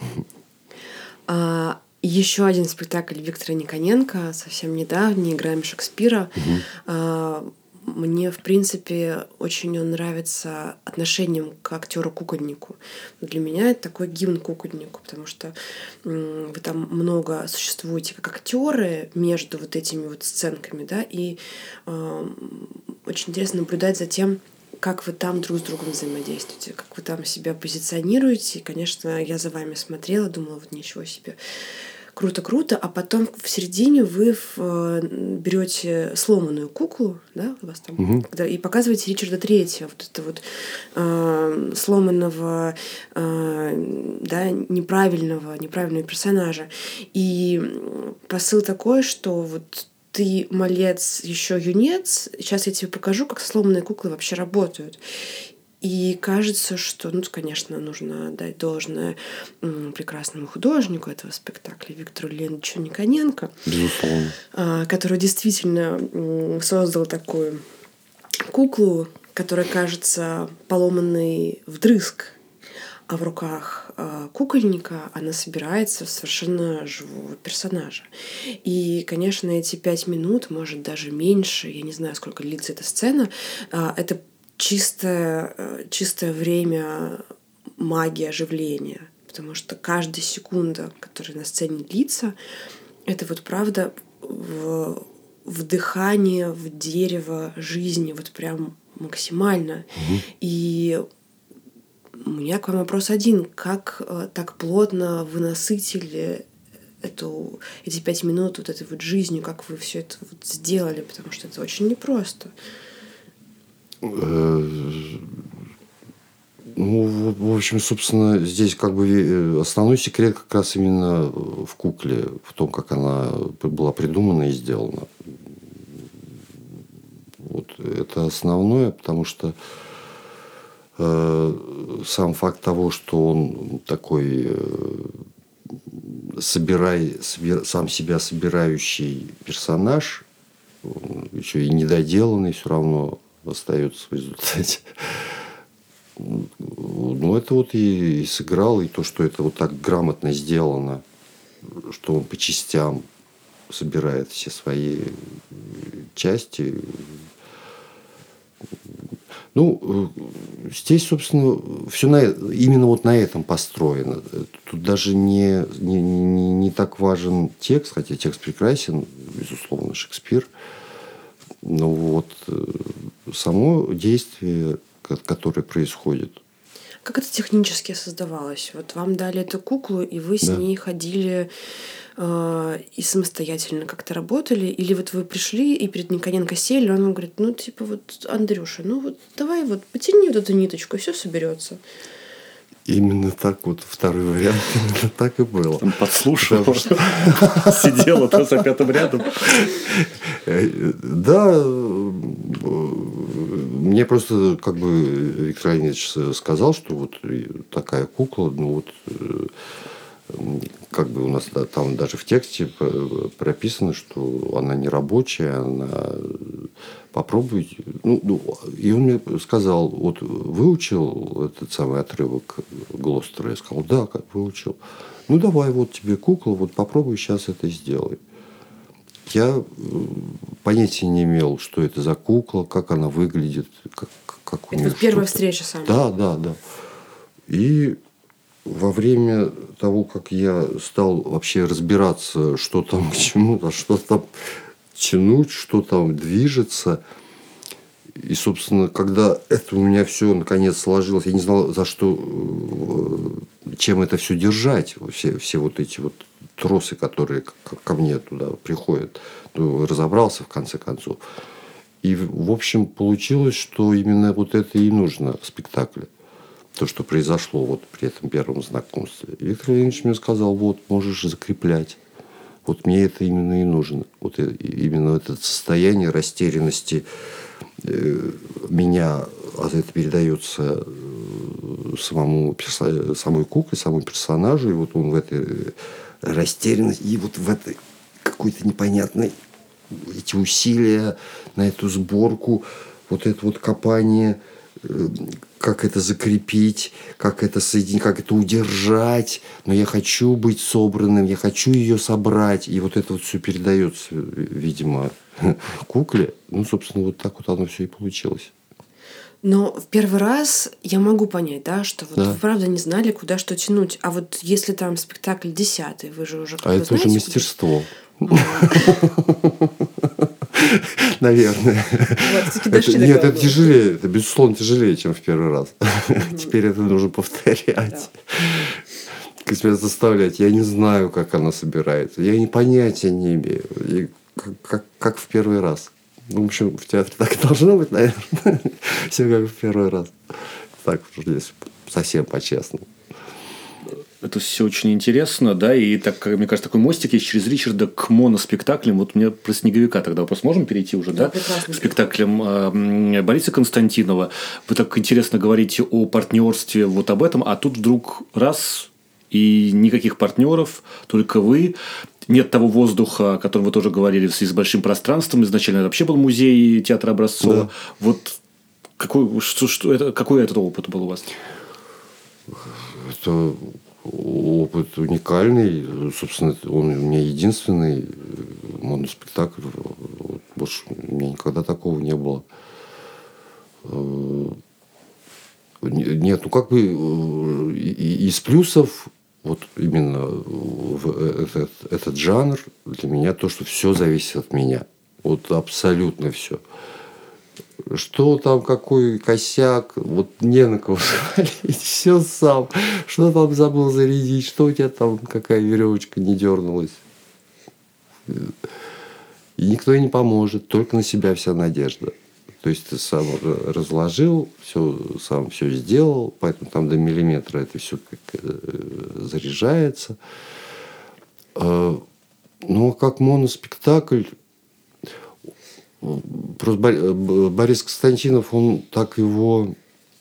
А, еще один спектакль Виктора Никоненко, совсем недавний, «Играем Шекспира». Угу. А, мне, в принципе, очень он нравится отношением к актеру-кукольнику. Для меня это такой гимн кукольнику, потому что м, вы там много существуете как актеры между вот этими вот сценками, да, и э, очень интересно наблюдать за тем, как вы там друг с другом взаимодействуете, как вы там себя позиционируете. И, конечно, я за вами смотрела, думала, вот ничего себе, круто-круто, а потом в середине вы в, берете сломанную куклу, да, у вас там, угу. когда, и показываете Ричарда Третьего, вот это вот э, сломанного, э, да, неправильного, неправильного персонажа. И посыл такой, что вот ты малец, еще юнец, сейчас я тебе покажу, как сломанные куклы вообще работают. И кажется, что, ну, конечно, нужно дать должное прекрасному художнику этого спектакля Виктору Леонидовичу Никоненко, безусловно, который действительно создал такую куклу, которая кажется поломанной вдрызг, а в руках кукольника она собирается в совершенно живого персонажа. И, конечно, эти пять минут, может, даже меньше, я не знаю, сколько длится эта сцена, это чистое, чистое время магии оживления, потому что каждая секунда, которая на сцене длится, это вот правда в вдыхание в дерево жизни, вот прям максимально. Угу. И у меня к вам вопрос один. Как э, так плотно вы насытили эту, эти пять минут вот этой вот жизнью, как вы все это вот сделали, потому что это очень непросто. Ну, в общем, собственно, здесь как бы основной секрет как раз именно в кукле, в том, как она была придумана и сделана. Вот это основное, потому что э, сам факт того, что он такой э, собирай, собир, сам себя собирающий персонаж, еще и недоделанный все равно остается в результате. Ну, это вот и, и сыграл, и то, что это вот так грамотно сделано, что он по частям собирает все свои части. Ну, здесь, собственно, все на, именно вот на этом построено. Тут даже не, не, не, не так важен текст, хотя текст прекрасен, безусловно, Шекспир. Но вот само действие, которое происходит. Как это технически создавалось? Вот вам дали эту куклу, и вы с Да. ней ходили э, и самостоятельно как-то работали? Или вот вы пришли и перед Никоненко сели, он вам говорит, ну, типа, вот, Андрюша, ну, вот давай вот потяни вот эту ниточку, и все соберется. Именно так вот второй вариант, именно так и было. Он подслушал, сидел вот за пятым рядом. Да, мне просто как бы Виктор Леонидович сказал, что вот такая кукла, ну вот как бы у нас там даже в тексте прописано, что она не рабочая, она попробуй. Ну, ну, и он мне сказал, вот выучил этот самый отрывок Глостера? Я сказал, да, как выучил. Ну, давай, вот тебе кукла, вот попробуй сейчас это сделай. Я понятия не имел, что это за кукла, как она выглядит, как, как у Это нее вот первая что-то. встреча с вами. Да, да, да. И во время того, как я стал вообще разбираться, что там к чему, а что там тянуть, что там движется, и, собственно, когда это у меня все наконец сложилось, я не знал, за что, чем это все держать, все, все вот эти вот тросы, которые ко мне туда приходят, ну, разобрался в конце концов. И, в общем, получилось, что именно вот это и нужно в спектакле. То, что произошло вот при этом первом знакомстве. И Виктор Леонидович мне сказал, вот, можешь закреплять. Вот мне это именно и нужно. Вот именно это состояние растерянности меня, а это передается самому, самой кукле, самому персонажу. И вот он в этой растерянности, и вот в этой какой-то непонятной эти усилия на эту сборку, вот это вот копание, как это закрепить, как это соединить, как это удержать. Но я хочу быть собранным, я хочу ее собрать. И вот это вот все передается, видимо, кукле. Ну, собственно, вот так вот оно все и получилось. Но в первый раз я могу понять, да, что вот Да. вы правда не знали, куда что тянуть. А вот если там спектакль десятый, вы же уже как-то А это знаете, уже мастерство. Наверное. Это, нет, это тяжелее, это, безусловно, тяжелее, чем в первый раз. Теперь это нужно повторять. Как себя заставлять. Я не знаю, как она собирается. Я ни понятия не имею. И как, как, как в первый раз. Ну, в общем, в театре так и должно быть, наверное. Все как в первый раз. Так, здесь совсем по-честному. Это все очень интересно, да, и так, мне кажется, такой мостик есть через Ричарда к моноспектаклям. Вот у меня про «Снеговика» тогда вопрос можем перейти уже, да, да? К спектаклям э, Бориса Константинова. Вы так интересно говорите о партнерстве, вот об этом, а тут вдруг раз и никаких партнеров, только вы. Нет того воздуха, о котором вы тоже говорили, в связи с большим пространством. Изначально это вообще был музей театра Образцова. Да. Вот какой, что, что это, какой этот опыт был у вас? Это опыт уникальный. Собственно, он у меня единственный моноспектакль. Больше у меня никогда такого не было. Нет, ну как бы из плюсов вот именно в этот, этот жанр для меня то, что все зависит от меня. Вот абсолютно все. Что там, какой косяк, вот не на кого свалить, все сам. Что там забыл зарядить, что у тебя там, какая веревочка не дернулась. И никто не поможет, только на себя вся надежда. То есть ты сам разложил, все, сам все сделал, поэтому там до миллиметра это все заряжается. Но как моноспектакль, просто Борис Константинов, он так его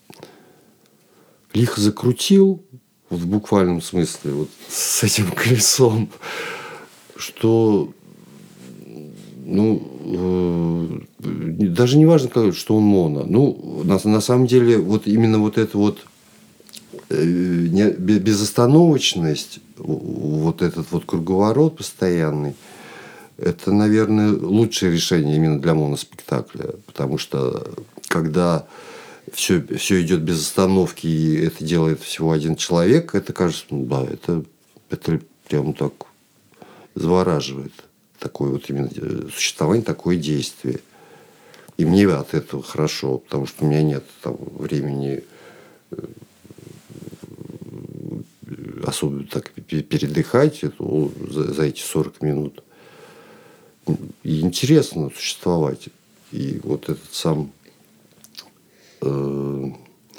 лихо закрутил, вот в буквальном смысле, вот с этим колесом, что ну, э, даже не важно, что он моно. Ну, на, на самом деле, вот именно вот эта вот э, не, безостановочность, вот этот вот круговорот постоянный, это, наверное, лучшее решение именно для моноспектакля. Потому что, когда все, все идет без остановки, и это делает всего один человек, это кажется, ну да, это, это прям так завораживает. Такое вот именно существование, такое действие. И мне от этого хорошо, потому что у меня нет там времени особо так передыхать это, за, за эти сорок минут. И интересно существовать. И вот этот сам... Э,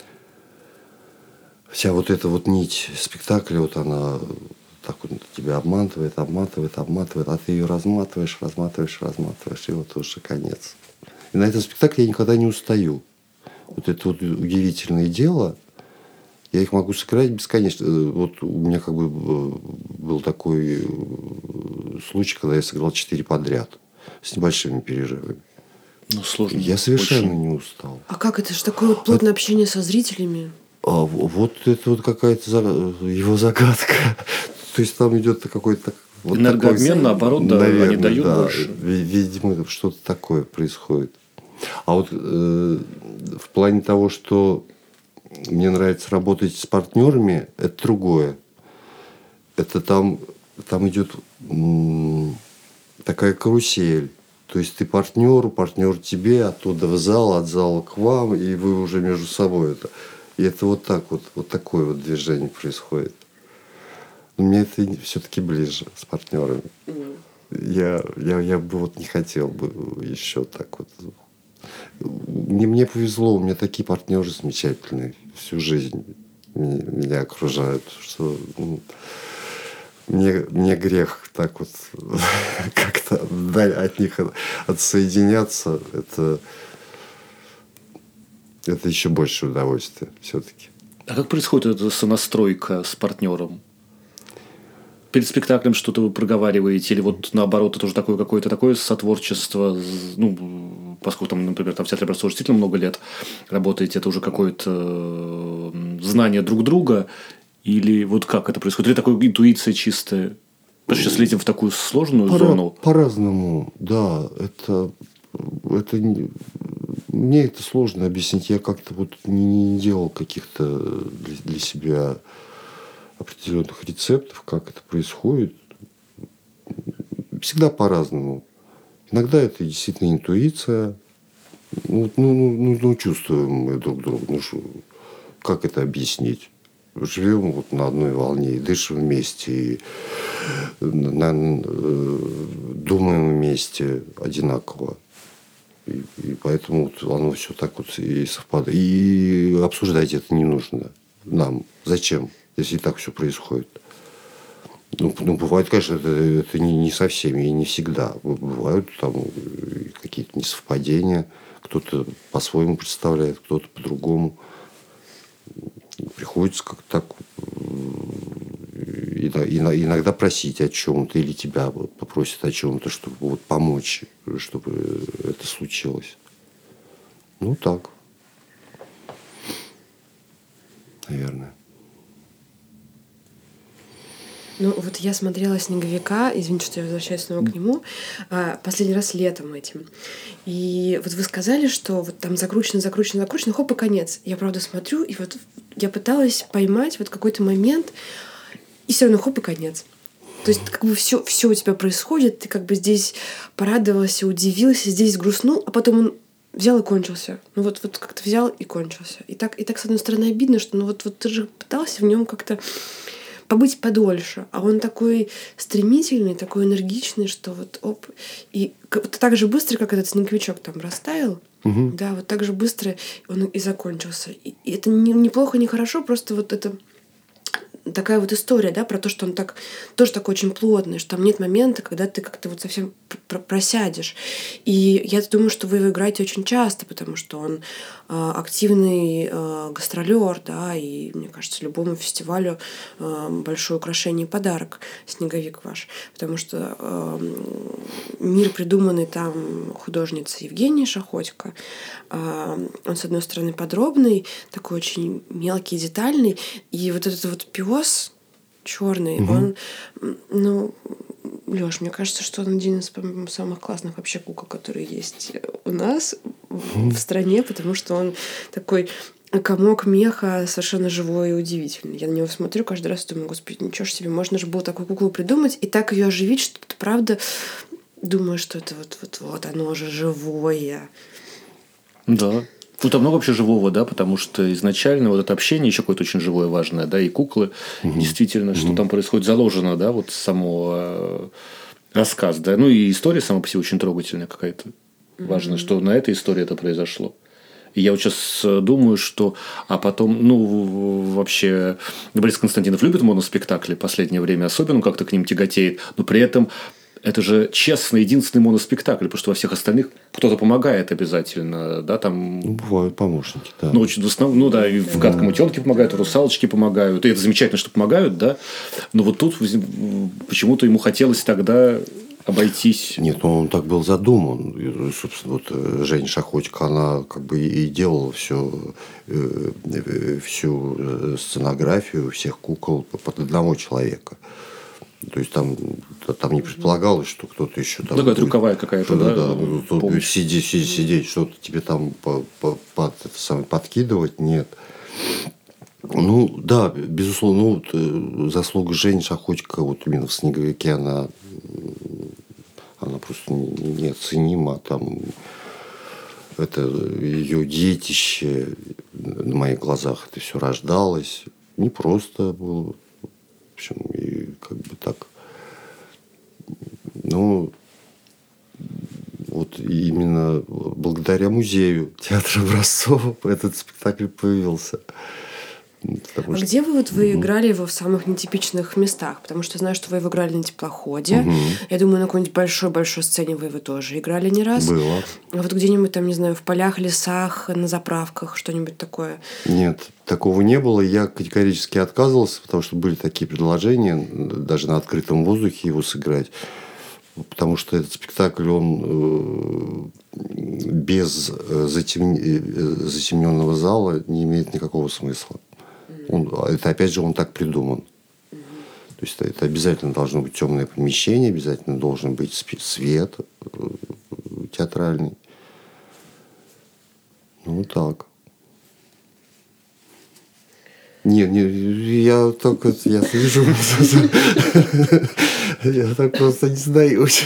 вся вот эта вот нить спектакля, вот она так вот тебя обматывает, обматывает, обматывает, а ты ее разматываешь, разматываешь, разматываешь, и вот уже конец. И на этом спектакле я никогда не устаю. Вот это вот удивительное дело. Я их могу сыграть бесконечно. Вот у меня как бы был такой случай, когда я сыграл четыре подряд с небольшими перерывами. Ну, сложно. Я совершенно очень. не устал. А как это же такое вот плотное общение со зрителями? А вот это вот какая-то его загадка. То есть там идет какой-то... Вот энергообмен, такой, наоборот, да, наверное, они дают да, больше. Видимо, что-то такое происходит. А вот э, в плане того, что мне нравится работать с партнерами, это другое. Это там, там идет м- такая карусель. То есть ты партнеру, партнер тебе, оттуда в зал, от зала к вам, и вы уже между собой это. И это вот так вот, вот такое вот движение происходит. Но мне это все-таки ближе с партнерами. Mm. Я, я, я бы вот не хотел бы еще так вот. Мне, мне повезло, у меня такие партнеры замечательные. Всю жизнь меня, меня окружают. Что, ну, мне, мне грех так вот как-то от них отсоединяться. Это, это еще больше удовольствия все-таки. А как происходит эта сонастройка с партнером? Перед спектаклем что-то вы проговариваете, или вот наоборот, это уже такое какое-то такое сотворчество, ну, поскольку там, например, там в театре простого действительно много лет работаете, это уже какое-то знание друг друга, или вот как это происходит, или такая интуиция чистая? Потому что сейчас летим в такую сложную По- зону. По-разному, да, это, это не, мне это сложно объяснить, я как-то вот не, не делал каких-то для, для себя определенных рецептов, как это происходит. Всегда по-разному. Иногда это действительно интуиция. Ну, ну, ну, ну чувствуем мы друг друга. Ну, шо, как это объяснить? Живем вот на одной волне и дышим вместе, и на, э, думаем вместе одинаково. И, и поэтому вот оно все так вот и совпадает. И обсуждать это не нужно нам. Зачем? Если так все происходит. Ну, ну бывает, конечно, это, это не, не со всеми и не всегда. Бывают там какие-то несовпадения. Кто-то по-своему представляет, кто-то по-другому. Приходится как-то так иногда просить о чем-то, или тебя попросят о чем-то, чтобы вот помочь, чтобы это случилось. Ну, так. Наверное. Ну, вот я смотрела «Снеговика», извините, что я возвращаюсь снова к нему, последний раз летом этим. И вот вы сказали, что вот там закручено, закручено, закручено, хоп, и конец. Я, правда, смотрю, и вот я пыталась поймать вот какой-то момент, и все равно хоп, и конец. То есть как бы все, все у тебя происходит, ты как бы здесь порадовался, удивился, здесь грустнул, а потом он взял и кончился. Ну вот, вот как-то взял и кончился. И так, и так, с одной стороны, обидно, что ну вот, вот ты же пытался в нем как-то побыть подольше, а он такой стремительный, такой энергичный, что вот оп, и вот так же быстро, как этот снеговичок там растаял, угу. Да, вот так же быстро он и закончился. И, и это не, не плохо, не хорошо, просто вот это такая вот история, да, про то, что он так тоже такой очень плотный, что там нет момента, когда ты как-то вот совсем просядешь. И я думаю, что вы его играете очень часто, потому что он э, активный э, гастролер, да, и, мне кажется, любому фестивалю э, большое украшение и подарок «Снеговик» ваш, потому что э, мир, придуманный там художницей Евгенией Шахотько, э, он, с одной стороны, подробный, такой очень мелкий, детальный, и вот этот вот пес черный, угу. Он, ну, Лёш, мне кажется, что он один из самых классных вообще кукол, которые есть у нас. в стране, потому что он такой комок меха совершенно живой и удивительный. Я на него смотрю каждый раз и думаю, господи, ничего ж себе, можно же было такую куклу придумать и так ее оживить, что ты правда думаешь, что это вот, вот, вот оно же живое. Да. Ну, там много вообще живого, да, потому что изначально вот это общение еще какое-то очень живое, важное, да, и куклы, угу. действительно, угу. что там происходит, заложено, да, вот само э, рассказ, да, ну и история сама по себе очень трогательная какая-то. Угу. Важно, что на этой истории это произошло. И я вот сейчас думаю, что... А потом, ну, вообще, Борис Константинов любит моноспектакли в последнее время, особенно как-то к ним тяготеет, но при этом это же честно единственный моноспектакль, потому что во всех остальных кто-то помогает обязательно, да, там... Ну, бывают помощники, да. Ну, очень, в основном, ну, да, и в «Гадком утенке» помогают, и «Русалочки» помогают, и это замечательно, что помогают, да, но вот тут почему-то ему хотелось тогда... обойтись. Нет, ну он так был задуман. И, собственно, вот Женя Шахочка, она как бы и делала все, всю сценографию всех кукол под одного человека. То есть там, там не предполагалось, что кто-то еще там. Такая трюковая какая-то, да? Да, да, сидеть, сидеть, сидеть, что-то тебе там по, по, под, это самое, подкидывать, нет. Ну, да, безусловно, ну, вот, заслуга Жени Шахочка вот именно в «Снеговике», она, она просто неоценима. Там это ее детище на моих глазах это все рождалось. Не просто было. В общем, и как бы так. Ну, вот именно благодаря музею театра Образцова этот спектакль появился. Потому а что... где вы вот вы угу. играли его в самых нетипичных местах? Потому что знаю, что вы его играли на теплоходе. Угу. Я думаю, на какой-нибудь большой-большой сцене вы его тоже играли не раз. Было. А вот где-нибудь там, не знаю, в полях, лесах, на заправках, что-нибудь такое? Нет, такого не было. Я категорически отказывался, потому что были такие предложения, даже на открытом воздухе его сыграть. Потому что этот спектакль, он без затемненного зала не имеет никакого смысла. Он, это, опять же, он так придуман. Mm-hmm. То есть, это обязательно должно быть темное помещение, обязательно должен быть свет театральный. Ну, так. Нет, не, я только я вижу. Я так просто не сдаюсь.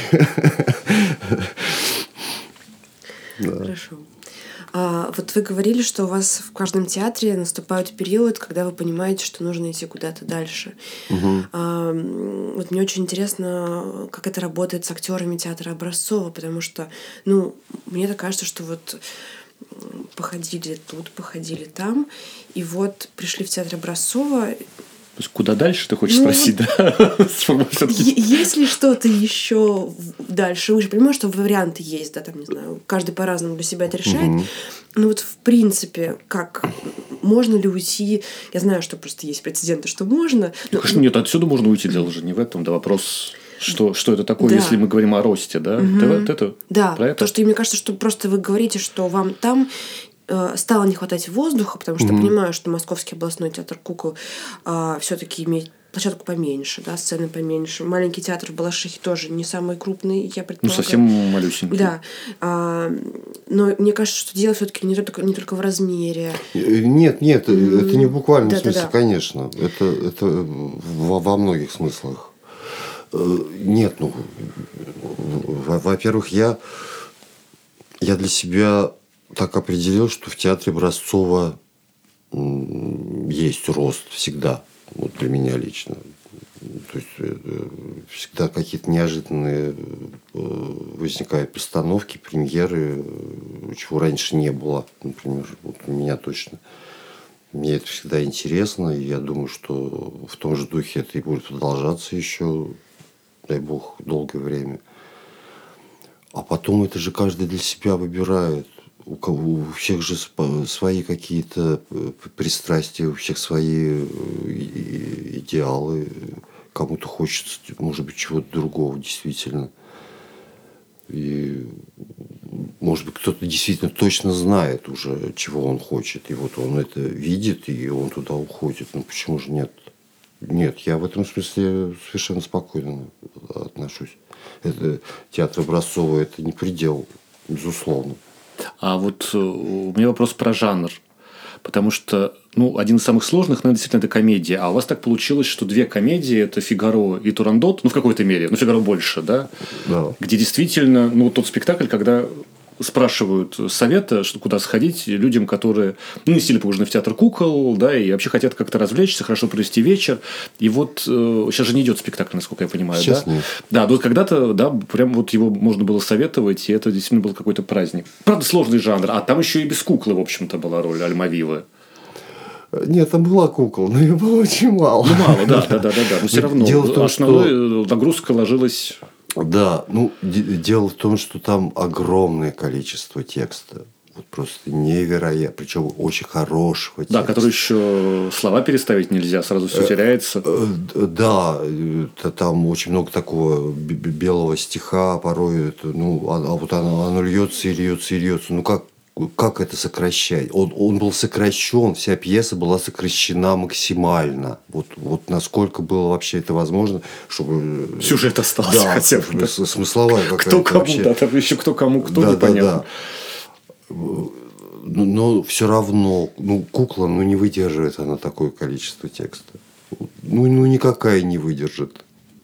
Хорошо. А, вот вы говорили, что у вас в каждом театре наступает период, когда вы понимаете, что нужно идти куда-то дальше. Угу. А, вот мне очень интересно, как это работает с актерами театра Образцова, потому что, ну, мне так кажется, что вот походили тут, походили там, и вот пришли в театр Образцова. То есть, куда дальше, ты хочешь ну, спросить, да? Есть ли что-то еще дальше? Вы же понимаете, что варианты есть, да, там, не знаю, каждый по-разному для себя это решает. Угу. Ну вот, в принципе, как можно ли уйти? Я знаю, что просто есть прецеденты, что можно. Но... Конечно, нет, отсюда можно уйти, дело же не в этом, да, вопрос... Что, что это такое, да. если мы говорим о росте, да? Угу. Ты, вот это, да, про это? То, что мне кажется, что просто вы говорите, что вам там э, стало не хватать воздуха, потому что угу. я понимаю, что Московский областной театр кукол э, все-таки имеет площадку поменьше, да, сцены поменьше. Маленький театр в Балашихе тоже не самый крупный, я предполагаю. Ну, совсем малюсенький. Да. А, но мне кажется, что дело все-таки не только, не только в размере. Нет, нет, mm-hmm. это не в буквальном да, смысле, да, да. конечно. Это, это во, во многих смыслах. Нет, ну, во-первых, я, я для себя так определил, что в театре Образцова есть рост всегда, вот для меня лично. То есть, всегда какие-то неожиданные возникают постановки, премьеры, чего раньше не было, например, вот у меня точно. Мне это всегда интересно, и я думаю, что в том же духе это и будет продолжаться еще, дай бог, долгое время. А потом это же каждый для себя выбирает. У, кого, у всех же свои какие-то пристрастия, у всех свои идеалы. Кому-то хочется, может быть, чего-то другого действительно. И, может быть, кто-то действительно точно знает уже, чего он хочет. И вот он это видит, и он туда уходит. Ну, почему же нет? Нет, я в этом смысле совершенно спокойно отношусь. Это, театр Образцова – это не предел, безусловно. А вот э, у меня вопрос про жанр. Потому что, ну, один из самых сложных, наверное, действительно, это комедия. А у вас так получилось, что две комедии – это «Фигаро» и «Турандот», ну, в какой-то мере, ну, «Фигаро» больше, да? Да. Где действительно, ну, вот тот спектакль, когда спрашивают совета, что куда сходить людям, которые, ну, не сильно похожи в театр кукол, да, и вообще хотят как-то развлечься, хорошо провести вечер. И вот э, сейчас же не идет спектакль, насколько я понимаю, сейчас да? Нет. Да, вот когда-то, да, прям вот его можно было советовать, и это действительно был какой-то праздник. Правда, сложный жанр, а там еще и без куклы, в общем-то, была роль Альмавивы. Нет, там была кукла, но ее было очень мало. Ну, мало, да, да, да, да, да. Но все равно Дело в том, основная что... нагрузка ложилась. Да, ну, дело в том, что там огромное количество текста. Вот просто невероятно. Причем очень хорошего текста. Да, который еще слова переставить нельзя, сразу все теряется. Да, там очень много такого белого стиха, порой это, ну, а вот оно, оно льется и льется и льется. Ну, как, как это сокращать? Он, он был сокращен, вся пьеса была сокращена максимально. Вот, вот насколько было вообще это возможно, чтобы... Сюжет остался, да, хотя бы. Да. Смысловая какая-то кто кому, вообще... да, там еще кто кому, кто, да, непонятно. Да, да. Но все равно, ну, кукла, ну, не выдерживает она такое количество текста. Ну, ну никакая не выдержит.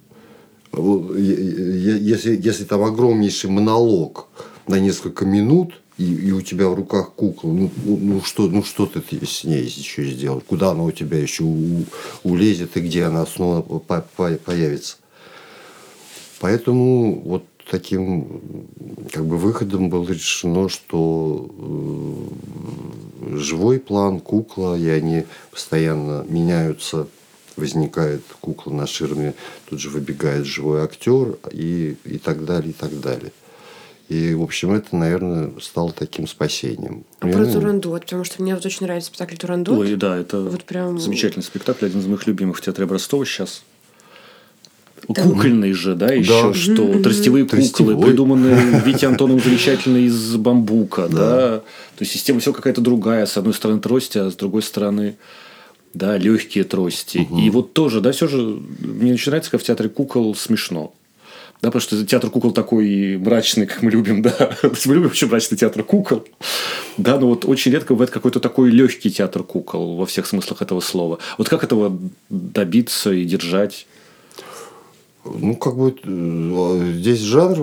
Если, если там огромнейший монолог на несколько минут, и, и у тебя в руках кукла, ну, ну, что, ну что ты с ней еще сделать? Куда она у тебя еще у, улезет и где она снова по, по, появится? Поэтому вот таким как бы выходом было решено, что э, живой план, кукла, и они постоянно меняются. Возникает кукла на ширме, тут же выбегает живой актер и, и так далее, и так далее. И, в общем, это, наверное, стало таким спасением. А про Турандот, потому что мне вот очень нравится спектакль Турандот. Ой, да, это вот прям... замечательный спектакль, один из моих любимых в театре Образцова сейчас. Там... Кукольный же, да, еще да. Что mm-hmm. тростевые куклы, Тростевой. Придуманные Витей Антоновым замечательно из бамбука, да. да. То есть система все какая-то другая. С одной стороны трости, а с другой стороны, да, легкие трости. Угу. И вот тоже, да, все же мне очень нравится, как в театре кукол смешно. Да, потому что театр кукол такой мрачный, как мы любим, да. То есть мы любим очень мрачный театр кукол. Да, но вот очень редко бывает какой-то такой легкий театр кукол во всех смыслах этого слова. Вот как этого добиться и держать? Ну, как бы здесь жанр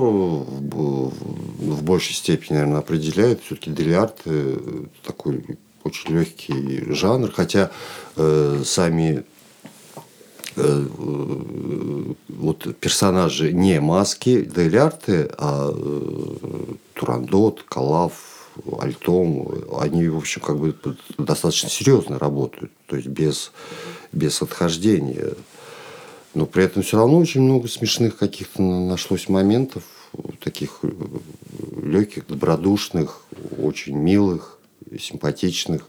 в большей степени, наверное, определяет. Все-таки дель-арт такой очень легкий жанр. Хотя э, сами э, вот персонажи не маски дель-арты, а э, Турандот, Калав, Альтом, они, в общем, как бы достаточно серьезно работают. То есть без, без отхождения. Но при этом все равно очень много смешных каких-то нашлось моментов, таких легких, добродушных, очень милых, симпатичных.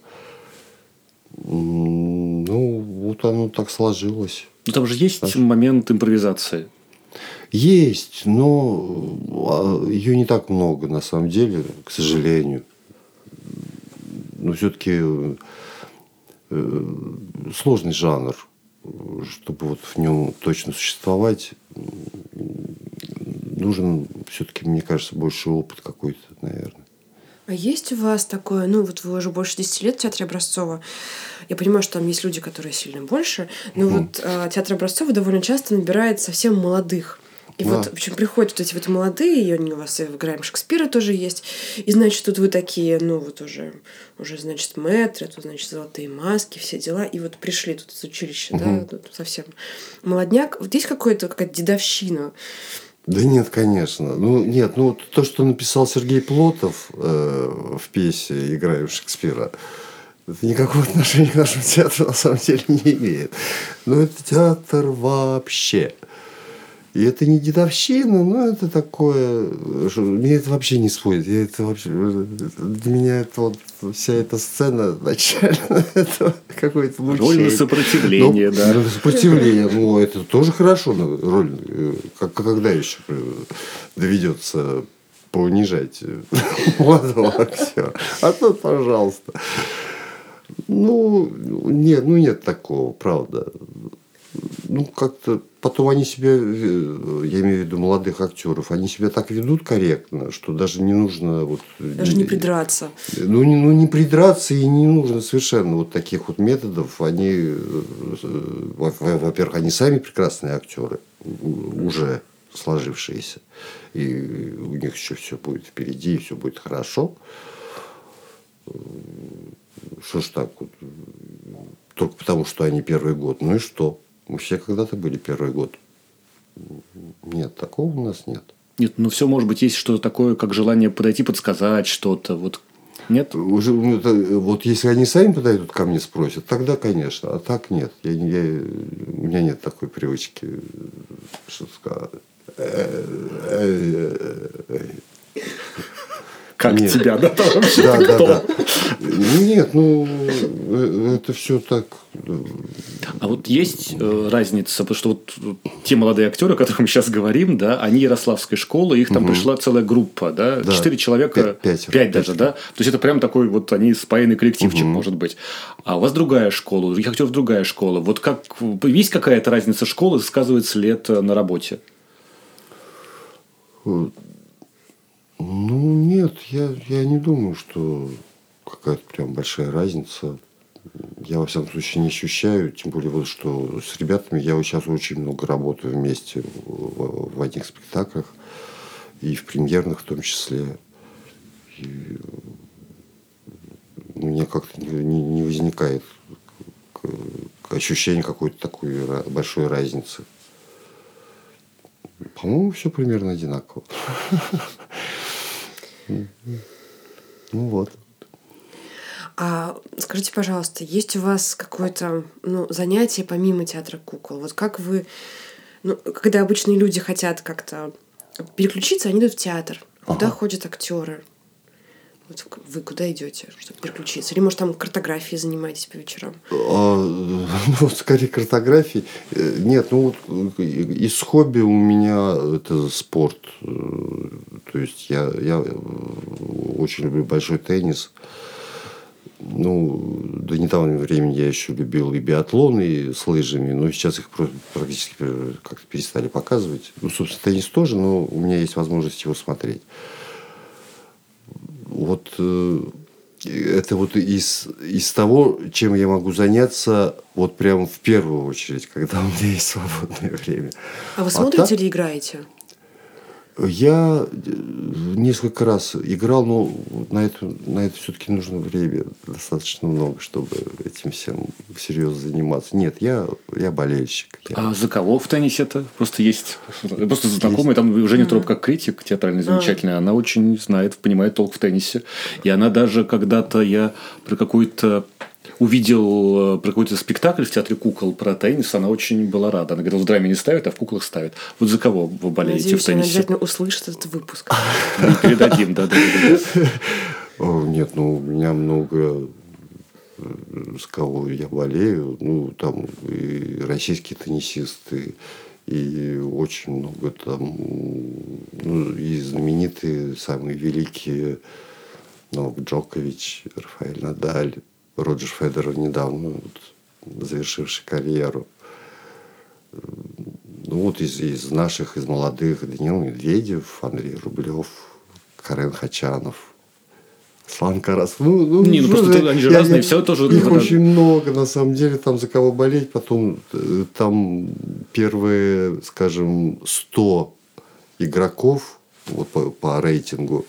Ну, вот оно так сложилось. Но там же есть Знаешь? момент импровизации. Есть, но ее не так много, на самом деле, к сожалению. Но все-таки сложный жанр. Чтобы вот в нем точно существовать, нужен все-таки, мне кажется, больше опыт какой-то, наверное. А есть у вас такое, ну вот вы уже больше десяти лет в театре Образцова. Я понимаю, что там есть люди, которые сильно больше, но угу. вот э, театр Образцова довольно часто набирает совсем молодых. И да. вот, причем приходят вот эти вот молодые, и они у вас и в «Играем Шекспира» тоже есть. И, значит, тут вы такие, ну, вот уже, уже значит, мэтры, тут, значит, золотые маски, все дела. И вот пришли тут из училища, угу. да, тут совсем молодняк. Вот есть какой-то, какая-то дедовщина? Да нет, конечно. Ну, нет, ну, то, что написал Сергей Плотов э, в пьесе «Играем Шекспира», это никакого отношения к нашему театру на самом деле не имеет. Но это театр вообще. И это не дедовщина, но это такое, что мне это вообще не сводит. Я это вообще, для меня это вот вся эта сцена начальная, это какое-то мучение. Роль на сопротивление, ну, да. На сопротивление, ну это тоже хорошо, роль, как, когда еще доведется поунижать молодого актера. А то, пожалуйста. Ну, нет, ну нет такого, правда. ну, как-то потом они себя, я имею в виду молодых актеров, они себя так ведут корректно, что даже не нужно... Вот, даже не придраться. Ну не, ну, не придраться и не нужно совершенно вот таких вот методов. Они, во-первых, они сами прекрасные актеры, уже сложившиеся. И у них еще все будет впереди, и все будет хорошо. Что ж так вот? Только потому, что они первый год. Ну и что? Мы все когда-то были первый год. Нет, такого у нас нет. Нет, ну все, может быть, есть что-то такое, как желание подойти, подсказать что-то. Вот нет? Уже, вот если они сами подойдут ко мне, спросят, тогда, конечно. А так нет. Я, я, у меня нет такой привычки, что сказать. Как нет. Тебя, да? Вообще да, да, кто? да. Нет, ну это все так. А вот есть э, разница, потому что вот те молодые актеры, о которых мы сейчас говорим, да, они Ярославской школы, их там угу. пришла целая группа, да, да. четыре человека, пять, пять даже, да, то есть это прям такой вот они спаянный коллективчик, угу. может быть. А у вас другая школа, у других актеров другая школа. Вот как есть какая-то разница школы, сказывается ли это на работе? Ну, нет, я, я не думаю, что какая-то прям большая разница. Я, во всяком случае, не ощущаю. Тем более, вот, что с ребятами я вот сейчас очень много работаю вместе в, в одних спектаклях. И в премьерных в том числе. И у меня как-то не, не возникает ощущения какой-то такой большой разницы. По-моему, все примерно одинаково. Ну вот. А скажите, пожалуйста, есть у вас какое-то ну, занятие помимо театра кукол? Вот как вы, ну, когда обычные люди хотят как-то переключиться, они идут в театр. Куда ага. ходят актеры? Вот вы куда идете, чтобы переключиться? Или, может, там картографией занимаетесь по вечерам? А, ну, скорее картографией. Нет, ну вот из хобби у меня это спорт. То есть я, я очень люблю большой теннис. Ну, до недавнего времени я еще любил и биатлон, и с лыжами, но сейчас их практически как-то перестали показывать. Ну, собственно, теннис тоже, но у меня есть возможность его смотреть. Вот это вот из, из того, чем я могу заняться вот прямо в первую очередь, когда у меня есть свободное время. А вы смотрите а так... или играете? Я несколько раз играл, но на это, на это все-таки нужно время достаточно много, чтобы этим всем серьезно заниматься. Нет, я, я болельщик. Я... А за кого в теннисе-то? Просто есть просто знакомая, там Женя Троп как критик театральный замечательный, она очень знает, понимает толк в теннисе. И она даже когда-то я про какой-то увидел про какой-то спектакль в театре кукол про теннис, она очень была рада. Она говорила, в драме не ставят, а в куклах ставят. Вот за кого вы болеете Надеюсь, в теннисе? Надеюсь, она обязательно услышит этот выпуск. Мы передадим, да, да, да. Нет, ну, у меня много с кого я болею. Ну, там и российские теннисисты, и очень много там, ну, и знаменитые, самые великие, Новак Джокович, Рафаэль Надаль, Роджер Федерер, недавно вот, завершивший карьеру. Ну, вот из, из наших, из молодых, Даниил Медведев, Андрей Рублев, Карен Хачанов, Аслан Карасов. Ну, ну, Не, ну просто я, они же я, разные, я, все тоже... Их очень много, на самом деле, там за кого болеть. Потом там первые, скажем, сто игроков вот, по, по рейтингу,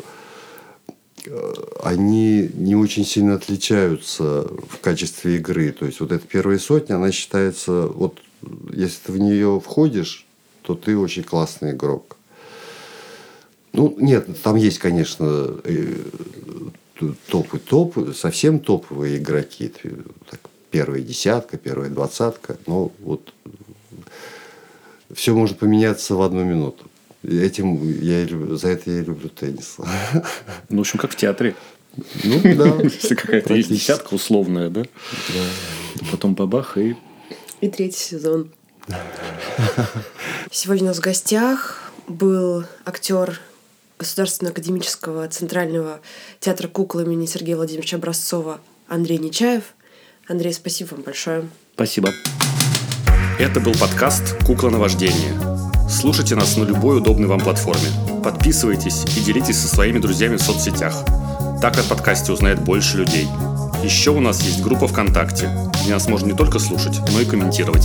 они не очень сильно отличаются в качестве игры. То есть, вот эта первая сотня, она считается... Вот, если ты в нее входишь, то ты очень классный игрок. Ну, нет, там есть, конечно, топ и топ, совсем топовые игроки. Так, первая десятка, первая двадцатка. Но вот все может поменяться в одну минуту. Этим я люблю, за это я и люблю теннис. Ну, в общем, как в театре. Ну, да. Если какая-то есть десятка условная, да? Да. Потом бабах и... И третий сезон. Сегодня у нас в гостях был актер Государственного академического Центрального театра кукол имени Сергея Владимировича Образцова Андрей Нечаев. Андрей, спасибо вам большое. Спасибо. Это был подкаст «Кукла наваждения». Слушайте нас на любой удобной вам платформе. Подписывайтесь и делитесь со своими друзьями в соцсетях. Так о подкасте узнает больше людей. Еще у нас есть группа ВКонтакте, где нас можно не только слушать, но и комментировать.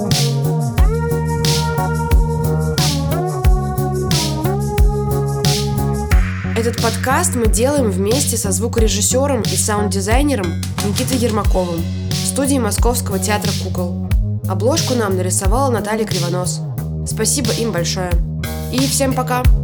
Этот подкаст мы делаем вместе со звукорежиссером и саунд-дизайнером Никитой Ермаковым в студии Московского театра кукол. Обложку нам нарисовала Наталья Кривонос. Спасибо им большое. И всем пока!